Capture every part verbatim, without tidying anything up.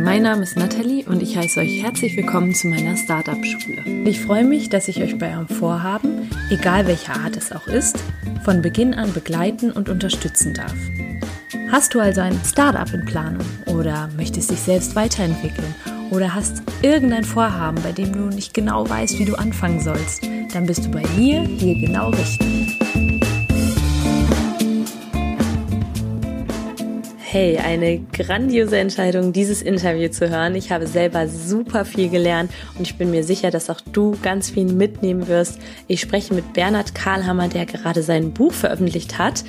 Mein Name ist Nathalie und ich heiße euch herzlich willkommen zu meiner Startup-Schule. Ich freue mich, dass ich euch bei eurem Vorhaben, egal welcher Art es auch ist, von Beginn an begleiten und unterstützen darf. Hast du also ein Startup in Planung oder möchtest dich selbst weiterentwickeln oder hast irgendein Vorhaben, bei dem du nicht genau weißt, wie du anfangen sollst, dann bist du bei mir hier genau richtig. Hey, eine grandiose Entscheidung, dieses Interview zu hören. Ich habe selber super viel gelernt und ich bin mir sicher, dass auch du ganz viel mitnehmen wirst. Ich spreche mit Bernhard Karlhammer, der gerade sein Buch veröffentlicht hat.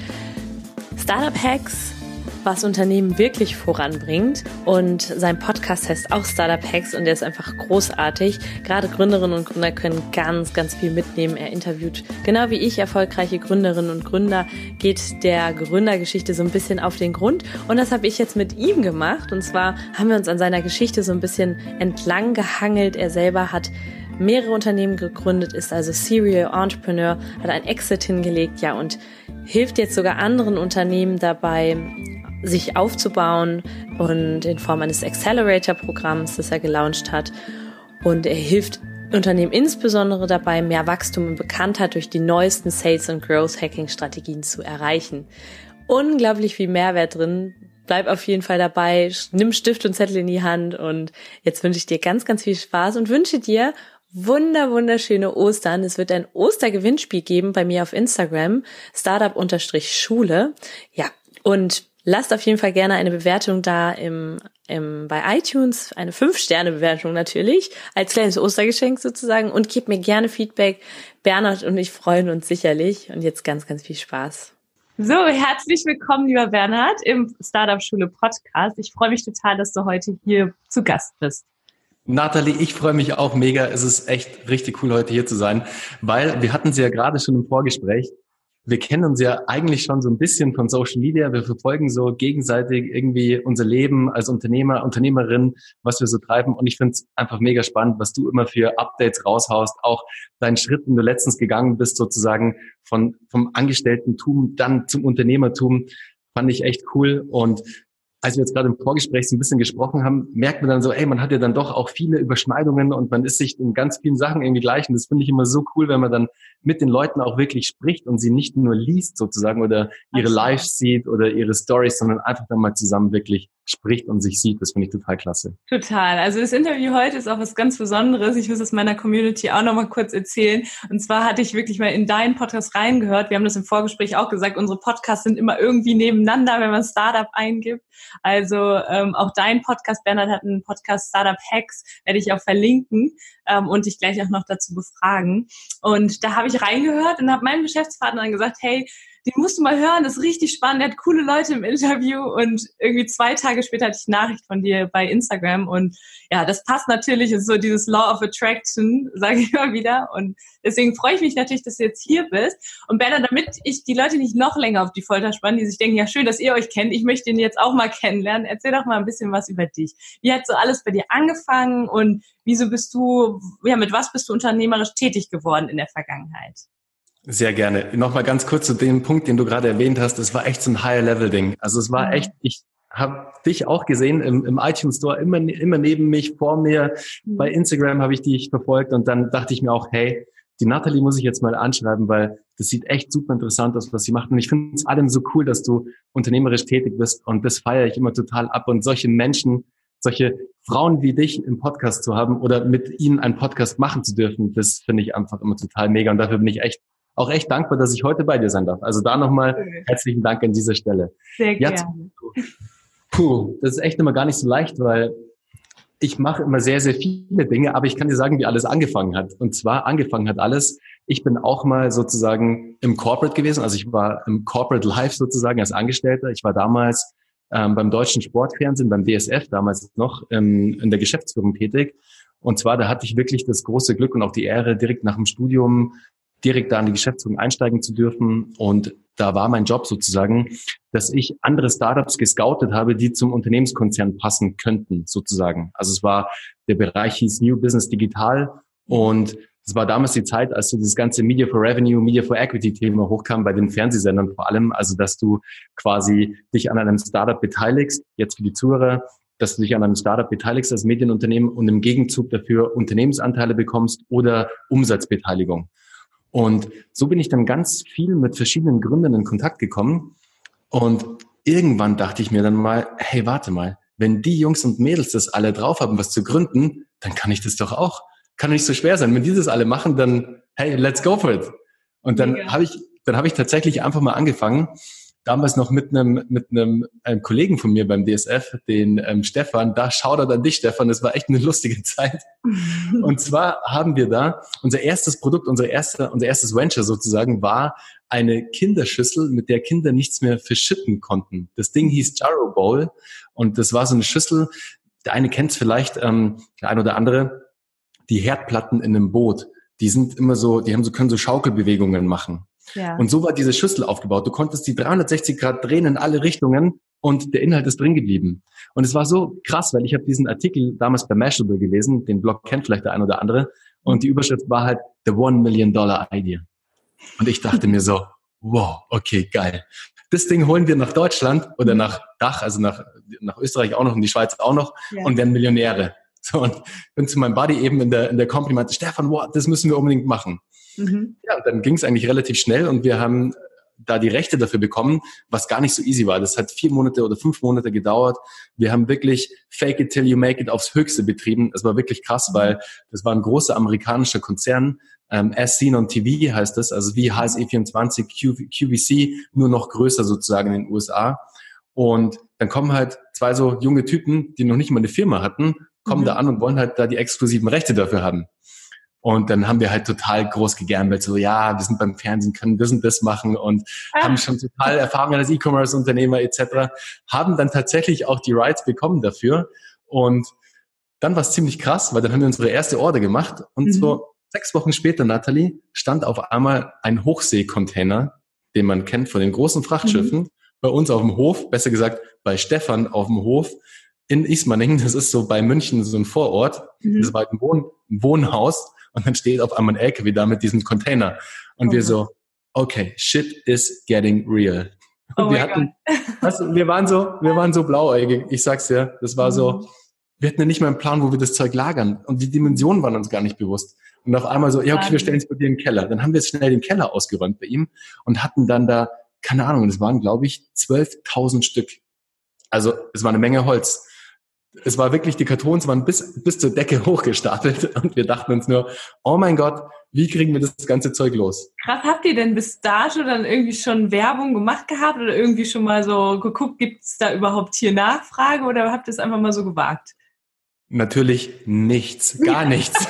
Startup Hacks, was Unternehmen wirklich voranbringt. Und sein Podcast heißt auch Startup Hacks und der ist einfach großartig. Gerade Gründerinnen und Gründer können ganz, ganz viel mitnehmen. Er interviewt, genau wie ich, erfolgreiche Gründerinnen und Gründer, geht der Gründergeschichte so ein bisschen auf den Grund. Und das habe ich jetzt mit ihm gemacht. Und zwar haben wir uns an seiner Geschichte so ein bisschen entlang gehangelt. Er selber hat mehrere Unternehmen gegründet, ist also Serial Entrepreneur, hat ein Exit hingelegt, ja, und hilft jetzt sogar anderen Unternehmen dabei, sich aufzubauen und in Form eines Accelerator-Programms, das er gelauncht hat. Und er hilft Unternehmen insbesondere dabei, mehr Wachstum und Bekanntheit durch die neuesten Sales- und Growth-Hacking-Strategien zu erreichen. Unglaublich viel Mehrwert drin. Bleib auf jeden Fall dabei, nimm Stift und Zettel in die Hand und jetzt wünsche ich dir ganz, ganz viel Spaß und wünsche dir wunder, wunderschöne Ostern. Es wird ein Ostergewinnspiel geben bei mir auf Instagram, Startup-Schule. Ja, und lasst auf jeden Fall gerne eine Bewertung da im, im bei iTunes, eine fünf Sterne Bewertung natürlich, als kleines Ostergeschenk sozusagen und gebt mir gerne Feedback. Bernhard und ich freuen uns sicherlich und jetzt ganz, ganz viel Spaß. So, herzlich willkommen, lieber Bernhard, im Startup-Schule Podcast. Ich freue mich total, dass du heute hier zu Gast bist. Nathalie, ich freue mich auch mega. Es ist echt richtig cool, heute hier zu sein, weil wir hatten sie ja gerade schon im Vorgespräch. Wir kennen uns ja eigentlich schon so ein bisschen von Social Media. Wir verfolgen so gegenseitig irgendwie unser Leben als Unternehmer, Unternehmerin, was wir so treiben. Und ich finde es einfach mega spannend, was du immer für Updates raushaust. Auch deinen Schritt, den du letztens gegangen bist, sozusagen von vom Angestelltentum dann zum Unternehmertum, fand ich echt cool. Und als wir jetzt gerade im Vorgespräch so ein bisschen gesprochen haben, merkt man dann so, ey, man hat ja dann doch auch viele Überschneidungen und man ist sich in ganz vielen Sachen irgendwie gleich. Und das finde ich immer so cool, wenn man dann mit den Leuten auch wirklich spricht und sie nicht nur liest sozusagen oder ihre Lives sieht oder ihre Stories, sondern einfach dann mal zusammen wirklich spricht und sich sieht. Das finde ich total klasse. Total. Also das Interview heute ist auch was ganz Besonderes. Ich muss es meiner Community auch noch mal kurz erzählen. Und zwar hatte ich wirklich mal in deinen Podcast reingehört. Wir haben das im Vorgespräch auch gesagt. Unsere Podcasts sind immer irgendwie nebeneinander, wenn man Startup eingibt. Also ähm, auch dein Podcast, Bernhard hat einen Podcast Startup Hacks, werde ich auch verlinken ähm, und dich gleich auch noch dazu befragen. Und da habe ich reingehört und habe meinem Geschäftspartner dann gesagt, hey, den musst du mal hören, das ist richtig spannend, der hat coole Leute im Interview und irgendwie zwei Tage später hatte ich eine Nachricht von dir bei Instagram und ja, das passt natürlich, ist so dieses Law of Attraction, sage ich immer wieder und deswegen freue ich mich natürlich, dass du jetzt hier bist und Bernhard, damit ich die Leute nicht noch länger auf die Folter spannen, die sich denken, ja schön, dass ihr euch kennt, ich möchte ihn jetzt auch mal kennenlernen, erzähl doch mal ein bisschen was über dich. Wie hat so alles bei dir angefangen und wieso bist du, ja, mit was bist du unternehmerisch tätig geworden in der Vergangenheit? Sehr gerne. Nochmal ganz kurz zu dem Punkt, den du gerade erwähnt hast. Es war echt so ein Higher-Level-Ding. Also es war echt, ich habe dich auch gesehen im, im iTunes Store, immer, immer neben mich, vor mir. Bei Instagram habe ich dich verfolgt und dann dachte ich mir auch, hey, die Nathalie muss ich jetzt mal anschreiben, weil das sieht echt super interessant aus, was sie macht. Und ich finde es allem so cool, dass du unternehmerisch tätig bist und das feiere ich immer total ab. Und solche Menschen, solche Frauen wie dich im Podcast zu haben oder mit ihnen einen Podcast machen zu dürfen, das finde ich einfach immer total mega und dafür bin ich echt auch echt dankbar, dass ich heute bei dir sein darf. Also da nochmal herzlichen Dank an dieser Stelle. Sehr gerne. Ja, puh, das ist echt immer gar nicht so leicht, weil ich mache immer sehr, sehr viele Dinge, aber ich kann dir sagen, wie alles angefangen hat. Und zwar angefangen hat alles, ich bin auch mal sozusagen im Corporate gewesen, also ich war im Corporate Life sozusagen als Angestellter. Ich war damals ähm, beim deutschen Sportfernsehen, beim D S F damals noch ähm, in der Geschäftsführung tätig. Und zwar, da hatte ich wirklich das große Glück und auch die Ehre, direkt nach dem Studium direkt da in die Geschäftsführung einsteigen zu dürfen. Und da war mein Job sozusagen, dass ich andere Startups gescoutet habe, die zum Unternehmenskonzern passen könnten, sozusagen. Also es war, der Bereich hieß New Business Digital und es war damals die Zeit, als so dieses ganze Media for Revenue, Media for Equity Thema hochkam bei den Fernsehsendern vor allem. Also dass du quasi dich an einem Startup beteiligst, jetzt für die Zuhörer, dass du dich an einem Startup beteiligst als Medienunternehmen und im Gegenzug dafür Unternehmensanteile bekommst oder Umsatzbeteiligung. Und so bin ich dann ganz viel mit verschiedenen Gründern in Kontakt gekommen. Und irgendwann dachte ich mir dann mal, hey, warte mal, wenn die Jungs und Mädels das alle drauf haben, was zu gründen, dann kann ich das doch auch. Kann nicht so schwer sein. Wenn die das alle machen, dann, hey, let's go for it. Und dann habe ich, dann habe ich tatsächlich einfach mal angefangen, damals noch mit einem, mit einem, einem Kollegen von mir beim D S F, den ähm, Stefan, da Shoutout an dich, Stefan, das war echt eine lustige Zeit. Und zwar haben wir da, unser erstes Produkt, unser erster, unser erstes Venture sozusagen war eine Kinderschüssel, mit der Kinder nichts mehr verschütten konnten. Das Ding hieß Gyro Bowl und das war so eine Schüssel, der eine kennt es vielleicht, ähm, der eine oder andere, die Herdplatten in einem Boot, die sind immer so, die haben so, können so Schaukelbewegungen machen. Ja. Und so war diese Schüssel aufgebaut. Du konntest die dreihundertsechzig Grad drehen in alle Richtungen und der Inhalt ist drin geblieben. Und es war so krass, weil ich habe diesen Artikel damals bei Mashable gelesen, den Blog kennt vielleicht der ein oder andere, und die Überschrift war halt The One Million Dollar Idea. Und ich dachte mir so, wow, okay, geil. Das Ding holen wir nach Deutschland oder nach Dach, also nach, nach Österreich auch noch und die Schweiz auch noch, ja, und werden Millionäre. So, und bin zu meinem Buddy eben in der, in der Company, meinte, Stefan, wow, das müssen wir unbedingt machen. Mhm. Ja, und dann ging es eigentlich relativ schnell und wir haben da die Rechte dafür bekommen, was gar nicht so easy war. Das hat vier Monate oder fünf Monate gedauert. Wir haben wirklich Fake it till you make it aufs Höchste betrieben. Es war wirklich krass, weil das war ein großer amerikanischer Konzern. Ähm, As Seen on T V heißt das, also wie H S E vierundzwanzig, Q, Q V C, nur noch größer sozusagen in den U S A. Und dann kommen halt zwei so junge Typen, die noch nicht mal eine Firma hatten, kommen mhm. da an und wollen halt da die exklusiven Rechte dafür haben. Und dann haben wir halt total groß gegambelt, so, ja, wir sind beim Fernsehen, können das und das machen und ah. haben schon total Erfahrung als E-Commerce-Unternehmer et cetera, haben dann tatsächlich auch die Rights bekommen dafür. Und dann war es ziemlich krass, weil dann haben wir unsere erste Order gemacht und mhm. so sechs Wochen später, Nathalie, stand auf einmal ein Hochseekontainer, den man kennt von den großen Frachtschiffen, mhm. bei uns auf dem Hof, besser gesagt bei Stefan auf dem Hof in Ismaning, das ist so bei München so ein Vorort, mhm. das war halt ein, Wohn- ein Wohnhaus. Und dann steht auf einmal ein L K W da mit diesem Container. Und oh wir so, okay, shit is getting real. Und oh wir hatten, also wir waren so, wir waren so blauäugig. Ich sag's dir, das war mhm. so, wir hatten ja nicht mal einen Plan, wo wir das Zeug lagern. Und die Dimensionen waren uns gar nicht bewusst. Und auf einmal so, ja, okay, wir stellen es bei dir in den Keller. Dann haben wir jetzt schnell den Keller ausgeräumt bei ihm und hatten dann da, keine Ahnung, das waren, glaube ich, zwölftausend Stück. Also, es war eine Menge Holz. Es war wirklich, die Kartons waren bis, bis zur Decke hochgestapelt und wir dachten uns nur, oh mein Gott, wie kriegen wir das ganze Zeug los? Krass, habt ihr denn bis dato dann irgendwie schon Werbung gemacht gehabt oder irgendwie schon mal so geguckt, gibt es da überhaupt hier Nachfrage oder habt ihr es einfach mal so gewagt? Natürlich nichts, gar nichts.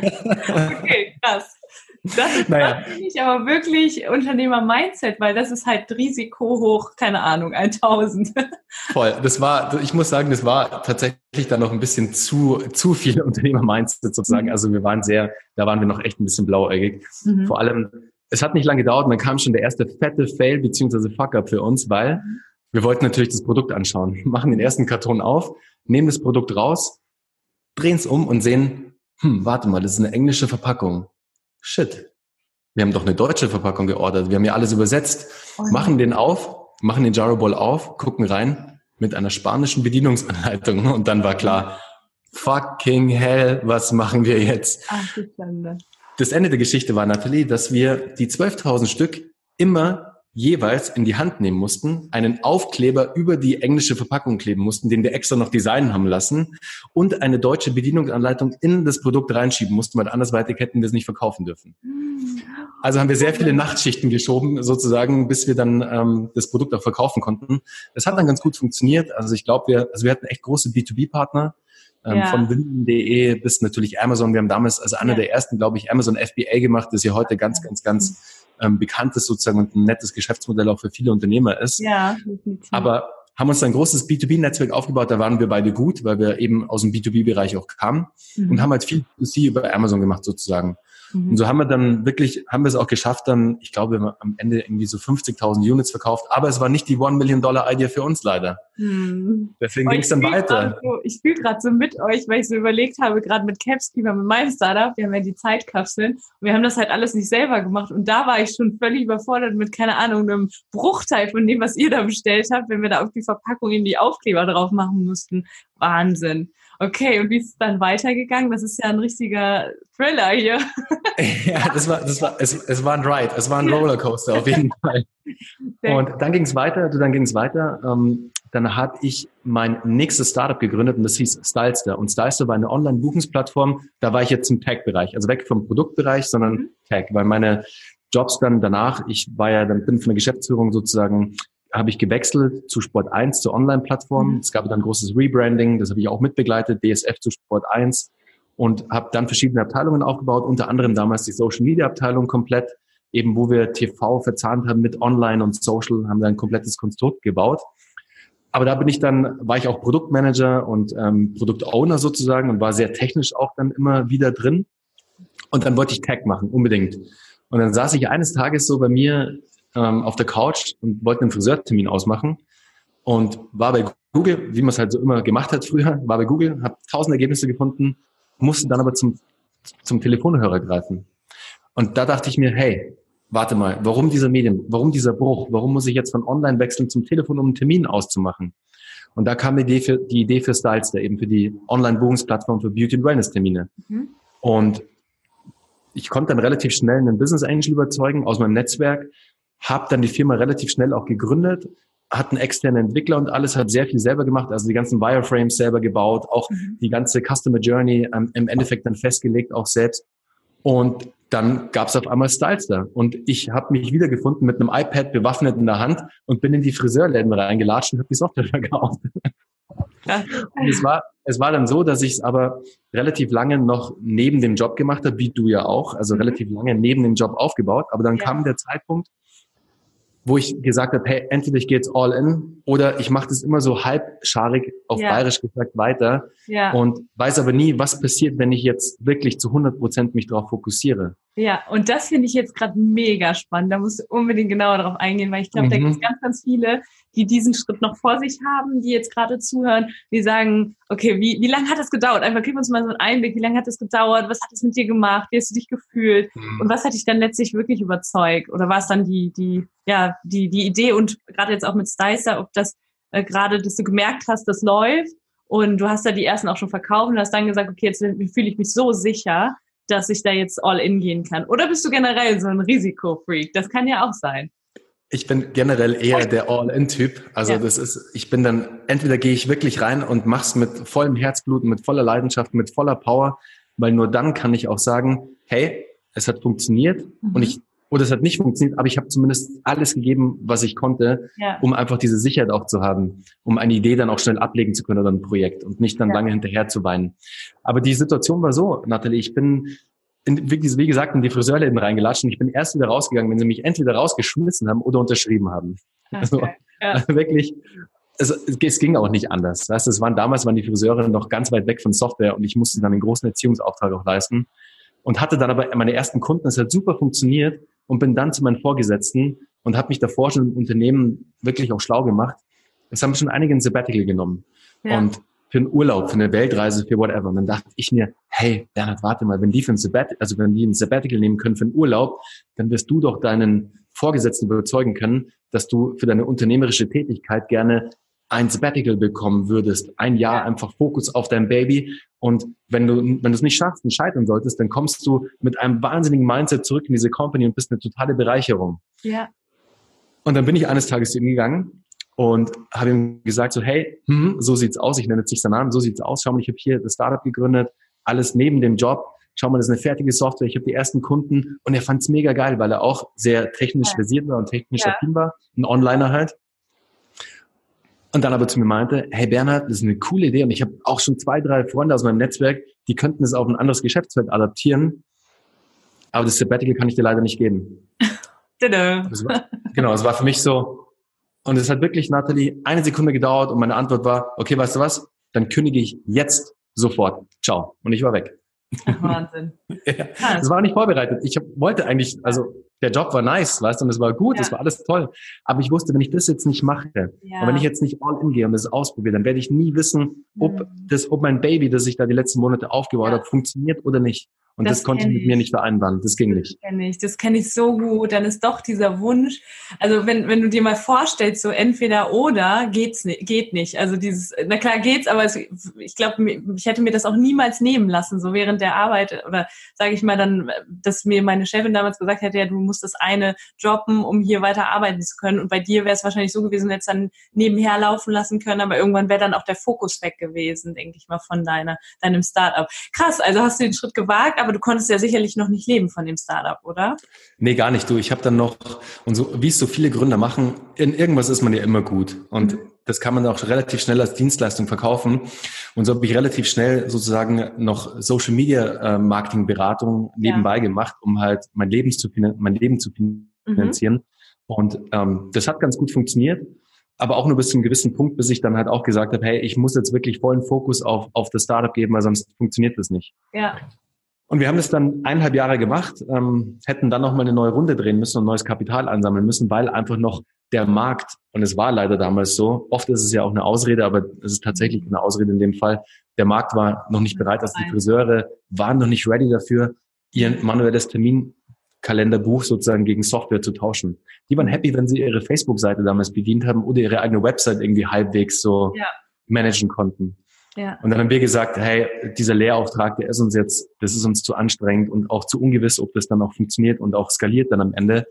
Okay, krass. Das ist naja. nicht, aber wirklich Unternehmer-Mindset, weil das ist halt Risiko hoch, keine Ahnung, tausend. Voll. Das war, ich muss sagen, das war tatsächlich dann noch ein bisschen zu, zu viel Unternehmer-Mindset sozusagen. Mhm. Also wir waren sehr, da waren wir noch echt ein bisschen blauäugig. Mhm. Vor allem, es hat nicht lange gedauert und dann kam schon der erste fette Fail bzw. Fuck-up für uns, weil mhm. wir wollten natürlich das Produkt anschauen, machen den ersten Karton auf, nehmen das Produkt raus, drehen es um und sehen, hm, warte mal, das ist eine englische Verpackung. Shit, wir haben doch eine deutsche Verpackung geordert, wir haben ja alles übersetzt, oh, machen den auf, machen den Gyro Bowl auf, gucken rein mit einer spanischen Bedienungsanleitung und dann war klar, fucking hell, was machen wir jetzt? Ach, das Ende der Geschichte war, Nathalie, dass wir die zwölftausend Stück immer jeweils in die Hand nehmen mussten, einen Aufkleber über die englische Verpackung kleben mussten, den wir extra noch designen haben lassen und eine deutsche Bedienungsanleitung in das Produkt reinschieben mussten, weil andersweitig hätten wir es nicht verkaufen dürfen. Also haben wir sehr viele Nachtschichten geschoben, sozusagen, bis wir dann ähm, das Produkt auch verkaufen konnten. Das hat dann ganz gut funktioniert. Also ich glaube, wir, also wir hatten echt große B zwei B-Partner, ähm, ja. von Winden punkt de bis natürlich Amazon. Wir haben damals, also einer ja. der ersten, glaube ich, Amazon F B A gemacht, das ja heute ganz, ganz, ganz ähm, bekanntes sozusagen und ein nettes Geschäftsmodell auch für viele Unternehmer ist. Ja, definitiv. Aber haben uns ein großes B zwei B-Netzwerk aufgebaut, da waren wir beide gut, weil wir eben aus dem B zwei B-Bereich auch kamen mhm. und haben halt viel B zwei C über Amazon gemacht sozusagen. Mhm. Und so haben wir dann wirklich, haben wir es auch geschafft, dann, ich glaube, wir haben am Ende irgendwie so fünfzigtausend Units verkauft, aber es war nicht die One Million Dollar Idea für uns leider. Mhm. Deswegen ging es dann weiter. So, ich spiele gerade so mit euch, weil ich so überlegt habe, gerade mit Capskeeper, mit meinem Startup, wir haben ja die Zeitkapseln und wir haben das halt alles nicht selber gemacht und da war ich schon völlig überfordert mit, keine Ahnung, einem Bruchteil von dem, was ihr da bestellt habt, wenn wir da auf die Verpackung in die Aufkleber drauf machen mussten. Wahnsinn. Okay, und wie ist es dann weitergegangen? Das ist ja ein richtiger Thriller hier. Ja, das war, das war, es, es war ein Ride, es war ein Rollercoaster auf jeden Fall. Und dann ging es weiter, dann ging es weiter. Ähm, dann hatte ich mein nächstes Startup gegründet und das hieß Stylester. Und Stylester war eine Online-Buchungsplattform. Da war ich jetzt im Tech-Bereich, also weg vom Produktbereich, sondern mhm. Tech, weil meine Jobs dann danach, ich war ja dann bin von der Geschäftsführung sozusagen, habe ich gewechselt zu Sport eins, zur Online-Plattform. Mhm. Es gab dann ein großes Rebranding, das habe ich auch mitbegleitet, D S F zu Sport eins und habe dann verschiedene Abteilungen aufgebaut, unter anderem damals die Social-Media-Abteilung komplett, eben wo wir T V verzahnt haben mit Online und Social, haben dann ein komplettes Konstrukt gebaut. Aber da bin ich dann, war ich auch Produktmanager und ähm, Produktowner sozusagen und war sehr technisch auch dann immer wieder drin. Und dann wollte ich Tech machen, unbedingt. Und dann saß ich eines Tages so bei mir ähm, auf der Couch und wollte einen Friseurtermin ausmachen und war bei Google, wie man es halt so immer gemacht hat früher, war bei Google, habe tausend Ergebnisse gefunden, musste dann aber zum, zum Telefonhörer greifen. Und da dachte ich mir, hey, warte mal, warum dieser Medium, warum dieser Bruch, warum muss ich jetzt von Online wechseln zum Telefon, um einen Termin auszumachen? Und da kam die Idee für, die Idee für Stylester, eben für die Online-Buchungsplattform für Beauty- und Wellness-Termine. Mhm. Und ich konnte dann relativ schnell einen Business Angel überzeugen aus meinem Netzwerk, habe dann die Firma relativ schnell auch gegründet, hat einen externen Entwickler und alles, hat sehr viel selber gemacht, also die ganzen Wireframes selber gebaut, auch mhm. die ganze Customer Journey ähm, im Endeffekt dann festgelegt, auch selbst. Und dann gab es auf einmal Stylester und ich habe mich wiedergefunden mit einem iPad bewaffnet in der Hand und bin in die Friseurläden reingelatscht und habe die Software verkauft. Ja. Und es war, es war dann so, dass ich es aber relativ lange noch neben dem Job gemacht habe, wie du ja auch, also mhm. relativ lange neben dem Job aufgebaut. Aber dann ja. kam der Zeitpunkt, wo ich gesagt habe, hey, entweder ich gehe jetzt all in oder ich mache das immer so halbscharig auf ja. Bayerisch gesagt weiter ja. und weiß aber nie, was passiert, wenn ich jetzt wirklich zu hundert Prozent mich darauf fokussiere. Ja, und das finde ich jetzt gerade mega spannend. Da musst du unbedingt genauer darauf eingehen, weil ich glaube, mhm. da gibt es ganz, ganz viele, die diesen Schritt noch vor sich haben, die jetzt gerade zuhören, die sagen, okay, wie, wie lange hat das gedauert? Einfach gib uns mal so einen Einblick, wie lange hat das gedauert? Was hat es mit dir gemacht? Wie hast du dich gefühlt? Mhm. Und was hat dich dann letztlich wirklich überzeugt? Oder war es dann die, die, ja, die, die Idee und gerade jetzt auch mit Stylester, ob das äh, gerade, dass du gemerkt hast, das läuft und du hast da die ersten auch schon verkauft und hast dann gesagt, okay, jetzt fühle ich mich so sicher, dass ich da jetzt all in gehen kann. Oder bist du generell so ein Risikofreak? Das kann ja auch sein. Ich bin generell eher der All-In-Typ. Also ja. das ist, ich bin dann, entweder gehe ich wirklich rein und mach's mit vollem Herzblut, mit voller Leidenschaft, mit voller Power, weil nur dann kann ich auch sagen, hey, es hat funktioniert mhm. und ich, oder es hat nicht funktioniert, aber ich habe zumindest alles gegeben, was ich konnte, ja. um einfach diese Sicherheit auch zu haben, um eine Idee dann auch schnell ablegen zu können oder ein Projekt und nicht dann ja. lange hinterher zu weinen. Aber die Situation war so, Nathalie, ich bin in, wie, wie gesagt, in die Friseurläden reingelatscht und ich bin erst wieder rausgegangen, wenn sie mich entweder rausgeschmissen haben oder unterschrieben haben. Okay. Also, ja. also wirklich, es, es ging auch nicht anders. Weißt, es waren damals waren die Friseure noch ganz weit weg von Software und ich musste dann einen großen Erziehungsauftrag auch leisten und hatte dann aber meine ersten Kunden. Es hat super funktioniert und bin dann zu meinen Vorgesetzten und habe mich davor schon im Unternehmen wirklich auch schlau gemacht. Es haben schon einige ein Sabbatical genommen ja. und für einen Urlaub, für eine Weltreise, für whatever. Und dann dachte ich mir, hey, Bernhard, warte mal, wenn die für ein Sabbatical, also wenn die ein Sabbatical nehmen können für einen Urlaub, dann wirst du doch deinen Vorgesetzten überzeugen können, dass du für deine unternehmerische Tätigkeit gerne ein Sabbatical bekommen würdest. Ein Jahr einfach Fokus auf dein Baby. Und wenn du, wenn du es nicht schaffst und scheitern solltest, dann kommst du mit einem wahnsinnigen Mindset zurück in diese Company und bist eine totale Bereicherung. Ja. Und dann bin ich eines Tages zu ihm gegangen und habe ihm gesagt so, hey, hm, so sieht's aus, ich nenne jetzt nicht seinen Namen, so sieht's aus, schau mal, ich habe hier das Startup gegründet, alles neben dem Job, schau mal, das ist eine fertige Software, ich habe die ersten Kunden und er fand's mega geil, weil er auch sehr technisch versiert war und technisch ja. affin war, ein Onliner halt. Und dann aber zu mir meinte, hey Bernhard, das ist eine coole Idee und ich habe auch schon zwei, drei Freunde aus meinem Netzwerk, die könnten es auf ein anderes Geschäftsfeld adaptieren, aber das Sabbatical kann ich dir leider nicht geben. Das war, genau, es war für mich so, und es hat wirklich, Nathalie, eine Sekunde gedauert und meine Antwort war, okay, weißt du was, dann kündige ich jetzt sofort. Ciao. Und ich war weg. Ach, Wahnsinn. Ja, das war nicht vorbereitet. Ich hab, wollte eigentlich, also der Job war nice, weißt du, und es war gut, es ja. war alles toll. Aber ich wusste, wenn ich das jetzt nicht mache, ja. und wenn ich jetzt nicht all in gehe und das ausprobiere, dann werde ich nie wissen, ob, mhm. das, ob mein Baby, das ich da die letzten Monate aufgebaut ja. habe, funktioniert oder nicht. Und das, das konnte ich mit mir nicht vereinbaren. Das ging nicht. Das kenne ich. Das kenne ich so gut. Dann ist doch dieser Wunsch, also wenn, wenn du dir mal vorstellst, so entweder oder, geht's nicht, geht nicht. Also dieses, na klar geht's, aber es, ich glaube, ich hätte mir das auch niemals nehmen lassen, so während der Arbeit. Oder sage ich mal dann, dass mir meine Chefin damals gesagt hätte, ja, du musst das eine droppen, um hier weiter arbeiten zu können. Und bei dir wäre es wahrscheinlich so gewesen, jetzt dann nebenher laufen lassen können, aber irgendwann wäre dann auch der Fokus weg gewesen, denke ich mal, von deiner, deinem Startup. Krass, also hast du den Schritt gewagt, aber Aber du konntest ja sicherlich noch nicht leben von dem Startup, oder? Nee, gar nicht. Du, ich habe dann noch, und so wie es so viele Gründer machen, in irgendwas ist man ja immer gut. Und mhm. das kann man auch relativ schnell als Dienstleistung verkaufen. Und so habe ich relativ schnell sozusagen noch Social Media äh, Marketing Beratung nebenbei ja. gemacht, um halt mein Leben zu, mein Leben zu finanzieren. Mhm. Und ähm, das hat ganz gut funktioniert. Aber auch nur bis zu einem gewissen Punkt, bis ich dann halt auch gesagt habe, hey, ich muss jetzt wirklich vollen Fokus auf, auf das Startup geben, weil sonst funktioniert das nicht. Ja. Und wir haben das dann eineinhalb Jahre gemacht, ähm, hätten dann noch mal eine neue Runde drehen müssen und neues Kapital ansammeln müssen, weil einfach noch der Markt, und es war leider damals so, oft ist es ja auch eine Ausrede, aber es ist tatsächlich eine Ausrede in dem Fall, der Markt war noch nicht bereit, dass die Friseure waren noch nicht ready dafür, ihr manuelles Terminkalenderbuch sozusagen gegen Software zu tauschen. Die waren happy, wenn sie ihre Facebook-Seite damals bedient haben oder ihre eigene Website irgendwie halbwegs so ja. managen konnten. Ja. Und dann haben wir gesagt, hey, dieser Lehrauftrag, der ist uns jetzt, das ist uns zu anstrengend und auch zu ungewiss, ob das dann auch funktioniert und auch skaliert dann am Ende.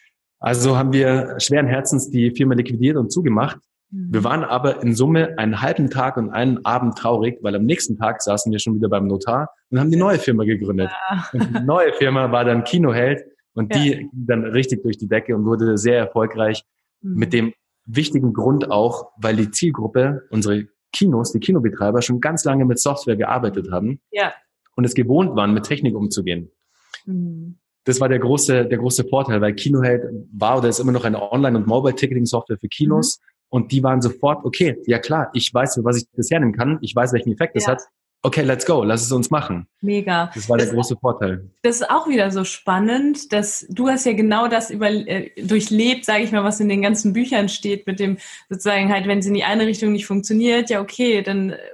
Also haben wir schweren Herzens die Firma liquidiert und zugemacht. Mhm. Wir waren aber in Summe einen halben Tag und einen Abend traurig, weil am nächsten Tag saßen wir schon wieder beim Notar und haben die neue Firma gegründet. Ja. Und die neue Firma war dann Kinoheld und ja. die ging dann richtig durch die Decke und wurde sehr erfolgreich mhm. mit dem wichtigen Grund auch, weil die Zielgruppe, unsere Kinos, die Kinobetreiber schon ganz lange mit Software gearbeitet haben ja. und es gewohnt waren, mit Technik umzugehen. Mhm. Das war der große, der große Vorteil, weil Kinoheld war oder ist immer noch eine Online- und Mobile-Ticketing-Software für Kinos mhm. und die waren sofort, okay, ja klar, ich weiß, für was ich das hernehmen kann, ich weiß, welchen Effekt das ja. hat. Okay, let's go, lass es uns machen. Mega. Das war der das große Vorteil. Das ist auch wieder so spannend, dass du hast ja genau das über, äh, durchlebt, sage ich mal, was in den ganzen Büchern steht, mit dem sozusagen halt, wenn es in die eine Richtung nicht funktioniert, ja okay, dann äh,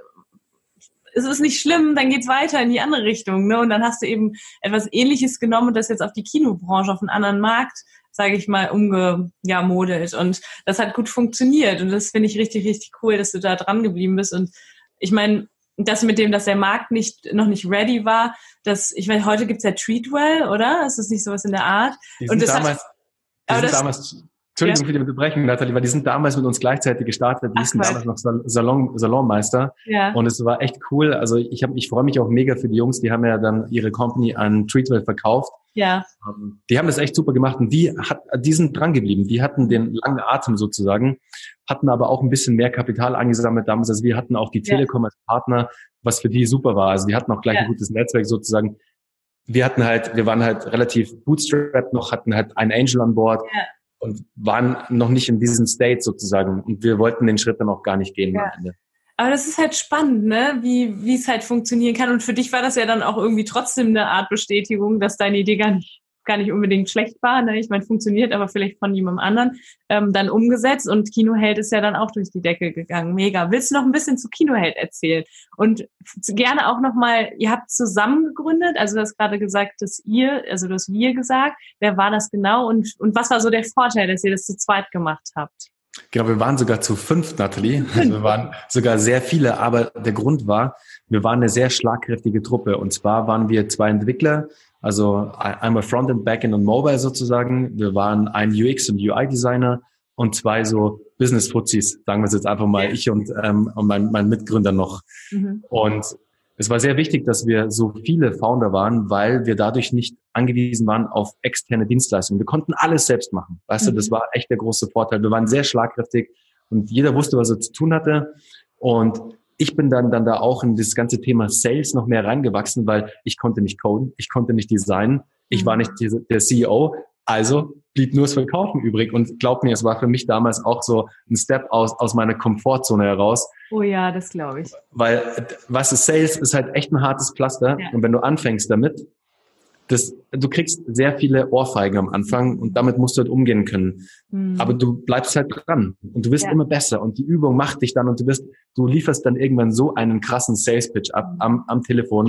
ist es nicht schlimm, dann geht's weiter in die andere Richtung, ne? Und dann hast du eben etwas Ähnliches genommen und das jetzt auf die Kinobranche, auf einen anderen Markt, sage ich mal, umgemodelt. Und das hat gut funktioniert und das finde ich richtig, richtig cool, dass du da dran geblieben bist. Und ich meine, das mit dem, dass der Markt nicht noch nicht ready war, das, ich meine, heute gibt's ja Treatwell, oder? Ist das nicht sowas in der Art? Die sind und das damals, hat, die sind das, damals Entschuldigung ja. für die Unterbrechung, Nathalie, weil die sind damals mit uns gleichzeitig gestartet. Die Ach, sind damals noch Salon, Salonmeister. Ja. Und es war echt cool. Also ich habe, ich freue mich auch mega für die Jungs. Die haben ja dann ihre Company an Treatwell verkauft. Ja. Die haben das echt super gemacht und die hat, die sind dran geblieben. Die hatten den langen Atem sozusagen, hatten aber auch ein bisschen mehr Kapital angesammelt damals. Also wir hatten auch die Telekom ja. als Partner, was für die super war. Also die hatten auch gleich ja. ein gutes Netzwerk sozusagen. Wir hatten halt, wir waren halt relativ bootstrapped noch, hatten halt einen Angel an Bord. Ja. Und waren noch nicht in diesem State sozusagen. Und wir wollten den Schritt dann auch gar nicht gehen ja. am Ende. Aber das ist halt spannend, ne? Wie, wie es halt funktionieren kann. Und für dich war das ja dann auch irgendwie trotzdem eine Art Bestätigung, dass deine Idee gar nicht, gar nicht unbedingt schlecht war, ne? Ich meine, funktioniert, aber vielleicht von jemandem anderen, ähm, dann umgesetzt. Und Kinoheld ist ja dann auch durch die Decke gegangen. Mega. Willst du noch ein bisschen zu Kinoheld erzählen? Und gerne auch nochmal, ihr habt zusammen gegründet, also du hast gerade gesagt, dass ihr, also du hast wir gesagt, wer war das genau und, und was war so der Vorteil, dass ihr das zu zweit gemacht habt? Genau, wir waren sogar zu fünf, Nathalie. Also wir waren sogar sehr viele, aber der Grund war, wir waren eine sehr schlagkräftige Truppe. Und zwar waren wir zwei Entwickler, also einmal Frontend, Backend und Mobile sozusagen. Wir waren ein U X- und U I-Designer und zwei so Business-Fuzis, sagen wir es jetzt einfach mal, ich und, ähm, und mein, mein Mitgründer noch. Mhm. Und es war sehr wichtig, dass wir so viele Founder waren, weil wir dadurch nicht angewiesen waren auf externe Dienstleistungen. Wir konnten alles selbst machen. Weißt mhm. du, das war echt der große Vorteil. Wir waren sehr schlagkräftig und jeder wusste, was er zu tun hatte. Und ich bin dann, dann da auch in das ganze Thema Sales noch mehr reingewachsen, weil ich konnte nicht coden, ich konnte nicht designen, ich war nicht der C E O. Also blieb nur das Verkaufen übrig. Und glaub mir, es war für mich damals auch so ein Step aus, aus meiner Komfortzone heraus. Oh ja, das glaube ich. Weil, was ist Sales, ist halt echt ein hartes Pflaster. Ja. Und wenn du anfängst damit, das, du kriegst sehr viele Ohrfeigen am Anfang und damit musst du halt umgehen können. Mhm. Aber du bleibst halt dran und du wirst ja. immer besser und die Übung macht dich dann und du wirst, du lieferst dann irgendwann so einen krassen Sales-Pitch ab mhm. am, am Telefon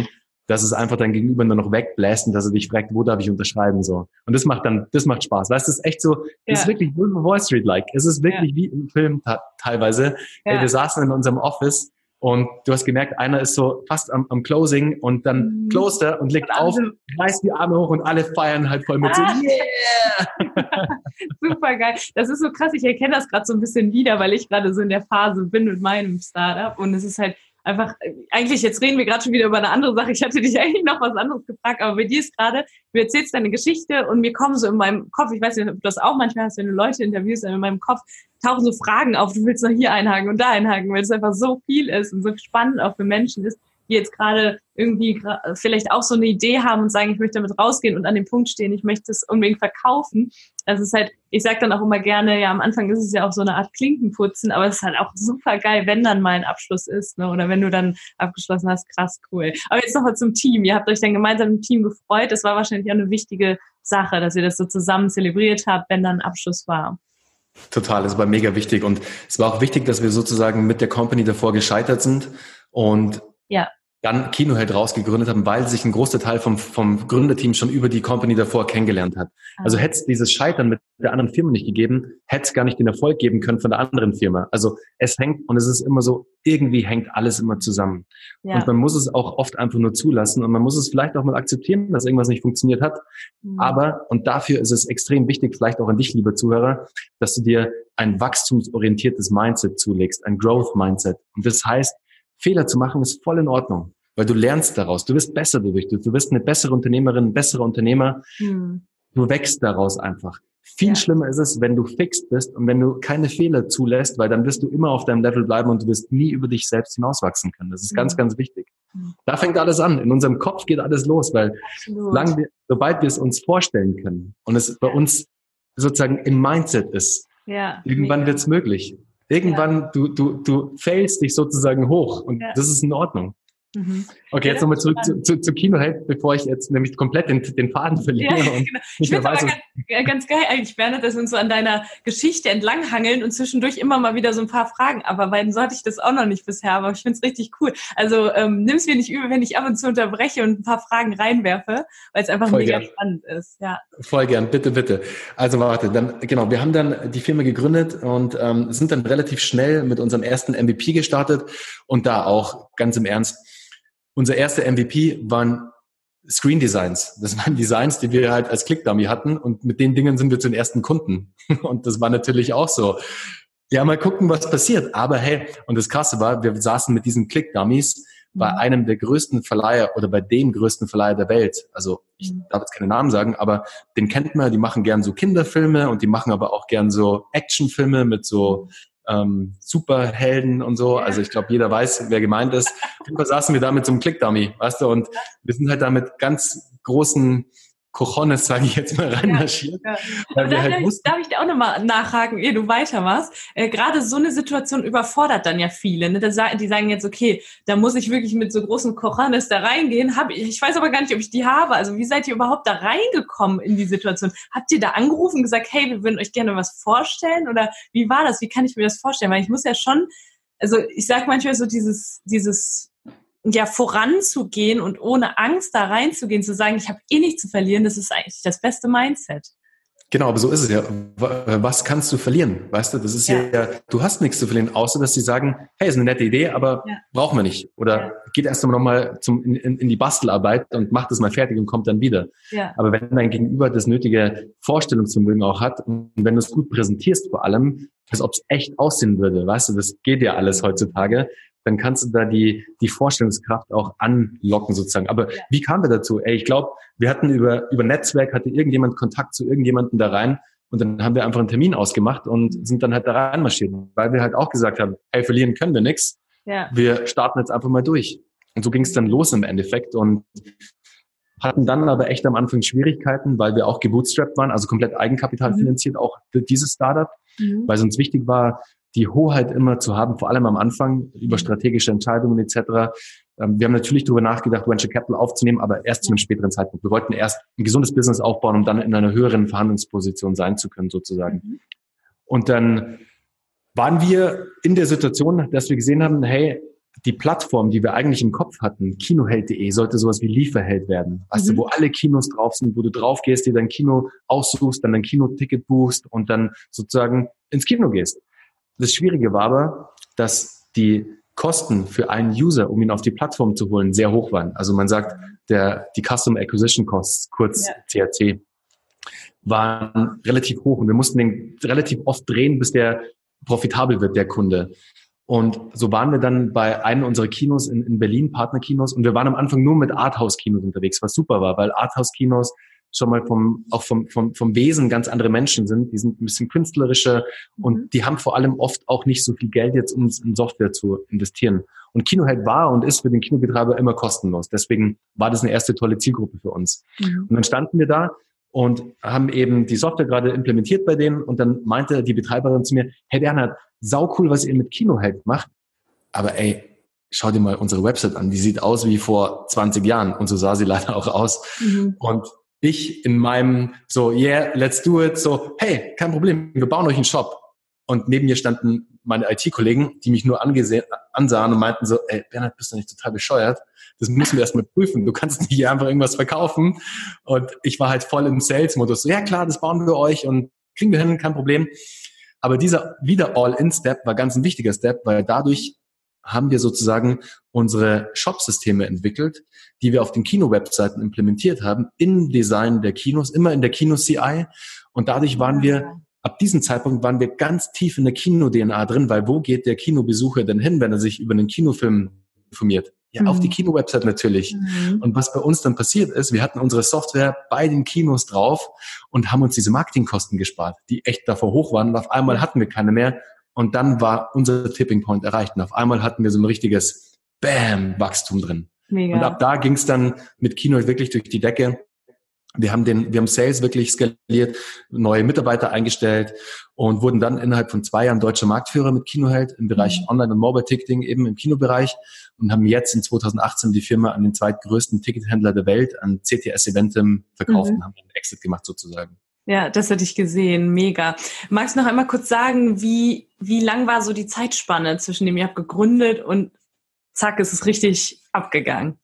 dass es einfach dein Gegenüber nur noch wegbläst und dass er dich fragt, wo darf ich unterschreiben, so. Und das macht dann, das macht Spaß. Weißt du, das ist echt so, das ja. ist wirklich Wall Street-like. Es ist wirklich ja. wie im Film ta- teilweise. Ja. Ey, wir saßen in unserem Office und du hast gemerkt, einer ist so fast am, am Closing und dann mhm. closed er und legt auf, reißt die Arme hoch und alle feiern halt voll mit ah. so, yeah! Super geil. Das ist so krass. Ich erkenne das gerade so ein bisschen wieder, weil ich gerade so in der Phase bin mit meinem Startup und es ist halt einfach, eigentlich, jetzt reden wir gerade schon wieder über eine andere Sache. Ich hatte dich eigentlich noch was anderes gefragt, aber bei dir ist gerade, du erzählst deine Geschichte und mir kommen so in meinem Kopf, ich weiß nicht, ob du das auch manchmal hast, wenn du Leute interviewst, in meinem Kopf tauchen so Fragen auf, du willst noch hier einhaken und da einhaken, weil es einfach so viel ist und so spannend auch für Menschen ist, die jetzt gerade irgendwie vielleicht auch so eine Idee haben und sagen, ich möchte damit rausgehen und an dem Punkt stehen, ich möchte es unbedingt verkaufen. Das ist halt, ich sage dann auch immer gerne, ja, am Anfang ist es ja auch so eine Art Klinkenputzen, aber es ist halt auch super geil, wenn dann mal ein Abschluss ist, ne? Oder wenn du dann abgeschlossen hast, krass cool. Aber jetzt nochmal zum Team. Ihr habt euch dann gemeinsam im Team gefreut. Das war wahrscheinlich auch eine wichtige Sache, dass ihr das so zusammen zelebriert habt, wenn dann ein Abschluss war. Total, das war mega wichtig. Und es war auch wichtig, dass wir sozusagen mit der Company davor gescheitert sind und ja. dann Kinoheld rausgegründet haben, weil sich ein großer Teil vom, vom Gründerteam schon über die Company davor kennengelernt hat. Ah. Also hätte es dieses Scheitern mit der anderen Firma nicht gegeben, hätte es gar nicht den Erfolg geben können von der anderen Firma. Also es hängt, und es ist immer so, irgendwie hängt alles immer zusammen. Ja. Und man muss es auch oft einfach nur zulassen und man muss es vielleicht auch mal akzeptieren, dass irgendwas nicht funktioniert hat. Mhm. Aber, und dafür ist es extrem wichtig, vielleicht auch an dich, lieber Zuhörer, dass du dir ein wachstumsorientiertes Mindset zulegst, ein Growth-Mindset. Und das heißt, Fehler zu machen ist voll in Ordnung, weil du lernst daraus. Du wirst besser dadurch. Du wirst eine bessere Unternehmerin, ein besserer Unternehmer. Hm. Du wächst daraus einfach. Viel ja. schlimmer ist es, wenn du fixed bist und wenn du keine Fehler zulässt, weil dann wirst du immer auf deinem Level bleiben und du wirst nie über dich selbst hinauswachsen können. Das ist hm. ganz, ganz wichtig. Hm. Da fängt alles an. In unserem Kopf geht alles los, weil solange wir, sobald wir es uns vorstellen können und es bei uns sozusagen im Mindset ist, ja. irgendwann wird es möglich. Irgendwann, ja. du, du, du fällst dich sozusagen hoch und ja. das ist in Ordnung. Mhm. Okay, ja, jetzt nochmal zurück zu, zu, zu Kinoheld, bevor ich jetzt nämlich komplett den, den Faden verliere. Ja, und genau. Ich finde es aber ganz, ganz geil eigentlich, Bernhard, dass wir uns so an deiner Geschichte entlanghangeln und zwischendurch immer mal wieder so ein paar Fragen, aber weil so hatte ich das auch noch nicht bisher, aber ich finde es richtig cool. Also ähm, nimm es mir nicht übel, wenn ich ab und zu unterbreche und ein paar Fragen reinwerfe, weil es einfach Voll mega gern. spannend ist. Ja. Voll gern, bitte, bitte. Also warte, dann genau, wir haben dann die Firma gegründet und ähm, sind dann relativ schnell mit unserem ersten M V P gestartet und da auch ganz im Ernst, unser erster M V P waren Screen Designs. Das waren Designs, die wir halt als Click-Dummy hatten und mit den Dingen sind wir zu den ersten Kunden. Und das war natürlich auch so. Ja, mal gucken, was passiert. Aber hey, und das Krasse war, wir saßen mit diesen Click-Dummies bei mhm. einem der größten Verleiher oder bei dem größten Verleiher der Welt. Also ich darf jetzt keine Namen sagen, aber den kennt man, die machen gern so Kinderfilme und die machen aber auch gern so Actionfilme mit so ähm, Superhelden und so. Also ich glaube, jeder weiß, wer gemeint ist. Auf jeden Fall saßen wir da mit so einem Click-Dummy, weißt du, und wir sind halt da mit ganz großen Cojones, sage ich jetzt mal, reinmarschiert. Ja, ja. Da halt darf, darf ich dir auch nochmal nachhaken, ehe du weitermachst. Äh, Gerade so eine Situation überfordert dann ja viele. Ne? Die sagen jetzt, okay, da muss ich wirklich mit so großen Cojones da reingehen. Hab ich, ich weiß aber gar nicht, ob ich die habe. Also wie seid ihr überhaupt da reingekommen in die Situation? Habt ihr da angerufen und gesagt, hey, wir würden euch gerne was vorstellen? Oder wie war das? Wie kann ich mir das vorstellen? Weil ich muss ja schon, also ich sag manchmal so dieses, dieses ja, voranzugehen und ohne Angst da reinzugehen, zu sagen, ich habe eh nichts zu verlieren, das ist eigentlich das beste Mindset. Genau, aber so ist es ja. Was kannst du verlieren? Weißt du, das ist ja, ja du hast nichts zu verlieren, außer dass sie sagen, hey, ist eine nette Idee, aber ja. brauchen wir nicht. Oder ja. geht erst einmal nochmal zum, in, in die Bastelarbeit und macht das mal fertig und kommt dann wieder. Ja. Aber wenn dein Gegenüber das nötige Vorstellungsvermögen auch hat und wenn du es gut präsentierst vor allem, als ob es echt aussehen würde, weißt du, das geht ja alles heutzutage, dann kannst du da die die Vorstellungskraft auch anlocken sozusagen. Aber ja. wie kamen wir dazu? Ey, ich glaube, wir hatten über über Netzwerk, hatte irgendjemand Kontakt zu irgendjemandem da rein und dann haben wir einfach einen Termin ausgemacht und sind dann halt da reinmarschiert, weil wir halt auch gesagt haben, hey, verlieren können wir nichts. Ja. Wir starten jetzt einfach mal durch. Und so ging es dann los im Endeffekt und hatten dann aber echt am Anfang Schwierigkeiten, weil wir auch gebootstrapped waren, also komplett Eigenkapital mhm. finanziert, auch für dieses Startup, mhm. weil es uns wichtig war, die Hoheit immer zu haben, vor allem am Anfang, über strategische Entscheidungen et cetera. Wir haben natürlich darüber nachgedacht, Venture Capital aufzunehmen, aber erst zu einem späteren Zeitpunkt. Wir wollten erst ein gesundes Business aufbauen, um dann in einer höheren Verhandlungsposition sein zu können, sozusagen. Mhm. Und dann waren wir in der Situation, dass wir gesehen haben, hey, die Plattform, die wir eigentlich im Kopf hatten, kinoheld punkt de, sollte sowas wie Lieferheld werden. Weißt mhm. du, wo alle Kinos drauf sind, wo du drauf gehst, dir dein Kino aussuchst, dann dein Kinoticket buchst und dann sozusagen ins Kino gehst. Das Schwierige war aber, dass die Kosten für einen User, um ihn auf die Plattform zu holen, sehr hoch waren. Also man sagt, der, die Custom Acquisition Costs, kurz ja. C A C, waren relativ hoch und wir mussten den relativ oft drehen, bis der profitabel wird, der Kunde. Und so waren wir dann bei einem unserer Kinos in, in Berlin, Partnerkinos, und wir waren am Anfang nur mit Arthouse-Kinos unterwegs, was super war, weil Arthouse-Kinos schon mal vom, auch vom, vom, vom Wesen ganz andere Menschen sind. Die sind ein bisschen künstlerischer und mhm. die haben vor allem oft auch nicht so viel Geld jetzt, um in Software zu investieren. Und Kinoheld war und ist für den Kinobetreiber immer kostenlos. Deswegen war das eine erste tolle Zielgruppe für uns. Mhm. Und dann standen wir da und haben eben die Software gerade implementiert bei denen und dann meinte die Betreiberin zu mir, hey Bernhard, sau cool, was ihr mit Kinoheld macht, aber ey, schau dir mal unsere Website an, die sieht aus wie vor zwanzig Jahren und so sah sie leider auch aus. Mhm. Und ich in meinem so, yeah, let's do it, so, hey, kein Problem, wir bauen euch einen Shop. Und neben mir standen meine I T-Kollegen, die mich nur angesehen, ansahen und meinten so, ey, Bernhard, bist du nicht total bescheuert? Das müssen wir erstmal prüfen. Du kannst nicht hier einfach irgendwas verkaufen. Und ich war halt voll im Sales-Modus. So, ja klar, das bauen wir euch und kriegen wir hin, kein Problem. Aber dieser wieder All-In-Step war ganz ein wichtiger Step, weil dadurch haben wir sozusagen unsere Shop-Systeme entwickelt, die wir auf den Kino-Webseiten implementiert haben, im Design der Kinos, immer in der Kino-C I. Und dadurch waren wir, ab diesem Zeitpunkt waren wir ganz tief in der Kino-D N A drin, weil wo geht der Kinobesucher denn hin, wenn er sich über einen Kinofilm informiert? Ja, mhm. auf die Kino-Website natürlich. Mhm. Und was bei uns dann passiert ist, wir hatten unsere Software bei den Kinos drauf und haben uns diese Marketingkosten gespart, die echt davor hoch waren. Und auf einmal hatten wir keine mehr. Und dann war unser Tipping Point erreicht. Und auf einmal hatten wir so ein richtiges Bam-Wachstum drin. Mega. Und ab da ging es dann mit Kino wirklich durch die Decke. Wir haben den, wir haben Sales wirklich skaliert, neue Mitarbeiter eingestellt und wurden dann innerhalb von zwei Jahren deutscher Marktführer mit Kinoheld im Bereich mhm. Online- und Mobile-Ticketing eben im Kinobereich und haben jetzt in zwanzig achtzehn die Firma an den zweitgrößten Tickethändler der Welt, an C T S Eventim, verkauft mhm. und haben einen Exit gemacht sozusagen. Ja, das hatte ich gesehen. Mega. Magst du noch einmal kurz sagen, wie, wie lang war so die Zeitspanne zwischen dem ihr habt gegründet und zack, ist es richtig abgegangen?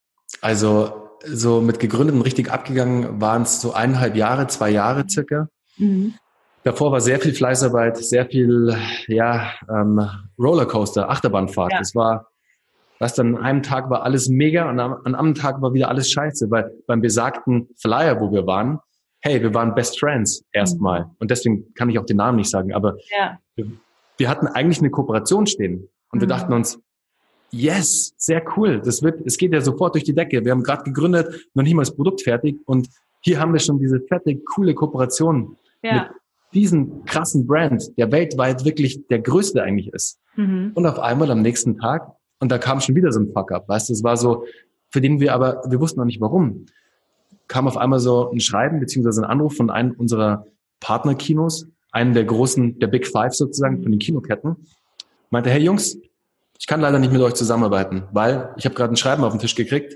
Also, so mit gegründet und richtig abgegangen waren es so eineinhalb Jahre, zwei Jahre circa. Mhm. Davor war sehr viel Fleißarbeit, sehr viel, ja, ähm, Rollercoaster, Achterbahnfahrt. Ja. Das war, was dann an einem Tag war alles mega und am, an einem Tag war wieder alles scheiße, weil beim besagten Flyer, wo wir waren, hey, wir waren Best Friends erstmal. Mhm. Und deswegen kann ich auch den Namen nicht sagen. Aber ja. wir, wir hatten eigentlich eine Kooperation stehen. Und mhm. wir dachten uns, yes, sehr cool. Das wird, es geht ja sofort durch die Decke. Wir haben gerade gegründet, noch nicht mal das Produkt fertig. Und hier haben wir schon diese fette, coole Kooperation ja. mit diesem krassen Brand, der weltweit wirklich der größte eigentlich ist. Mhm. Und auf einmal am nächsten Tag, und da kam schon wieder so ein Fuck-up. Weißt du, es war so, für den wir aber, wir wussten noch nicht warum. Kam auf einmal so ein Schreiben beziehungsweise ein Anruf von einem unserer Partnerkinos, einen der großen, der Big Five sozusagen von den Kinoketten, meinte, hey Jungs, ich kann leider nicht mit euch zusammenarbeiten, weil ich habe gerade ein Schreiben auf den Tisch gekriegt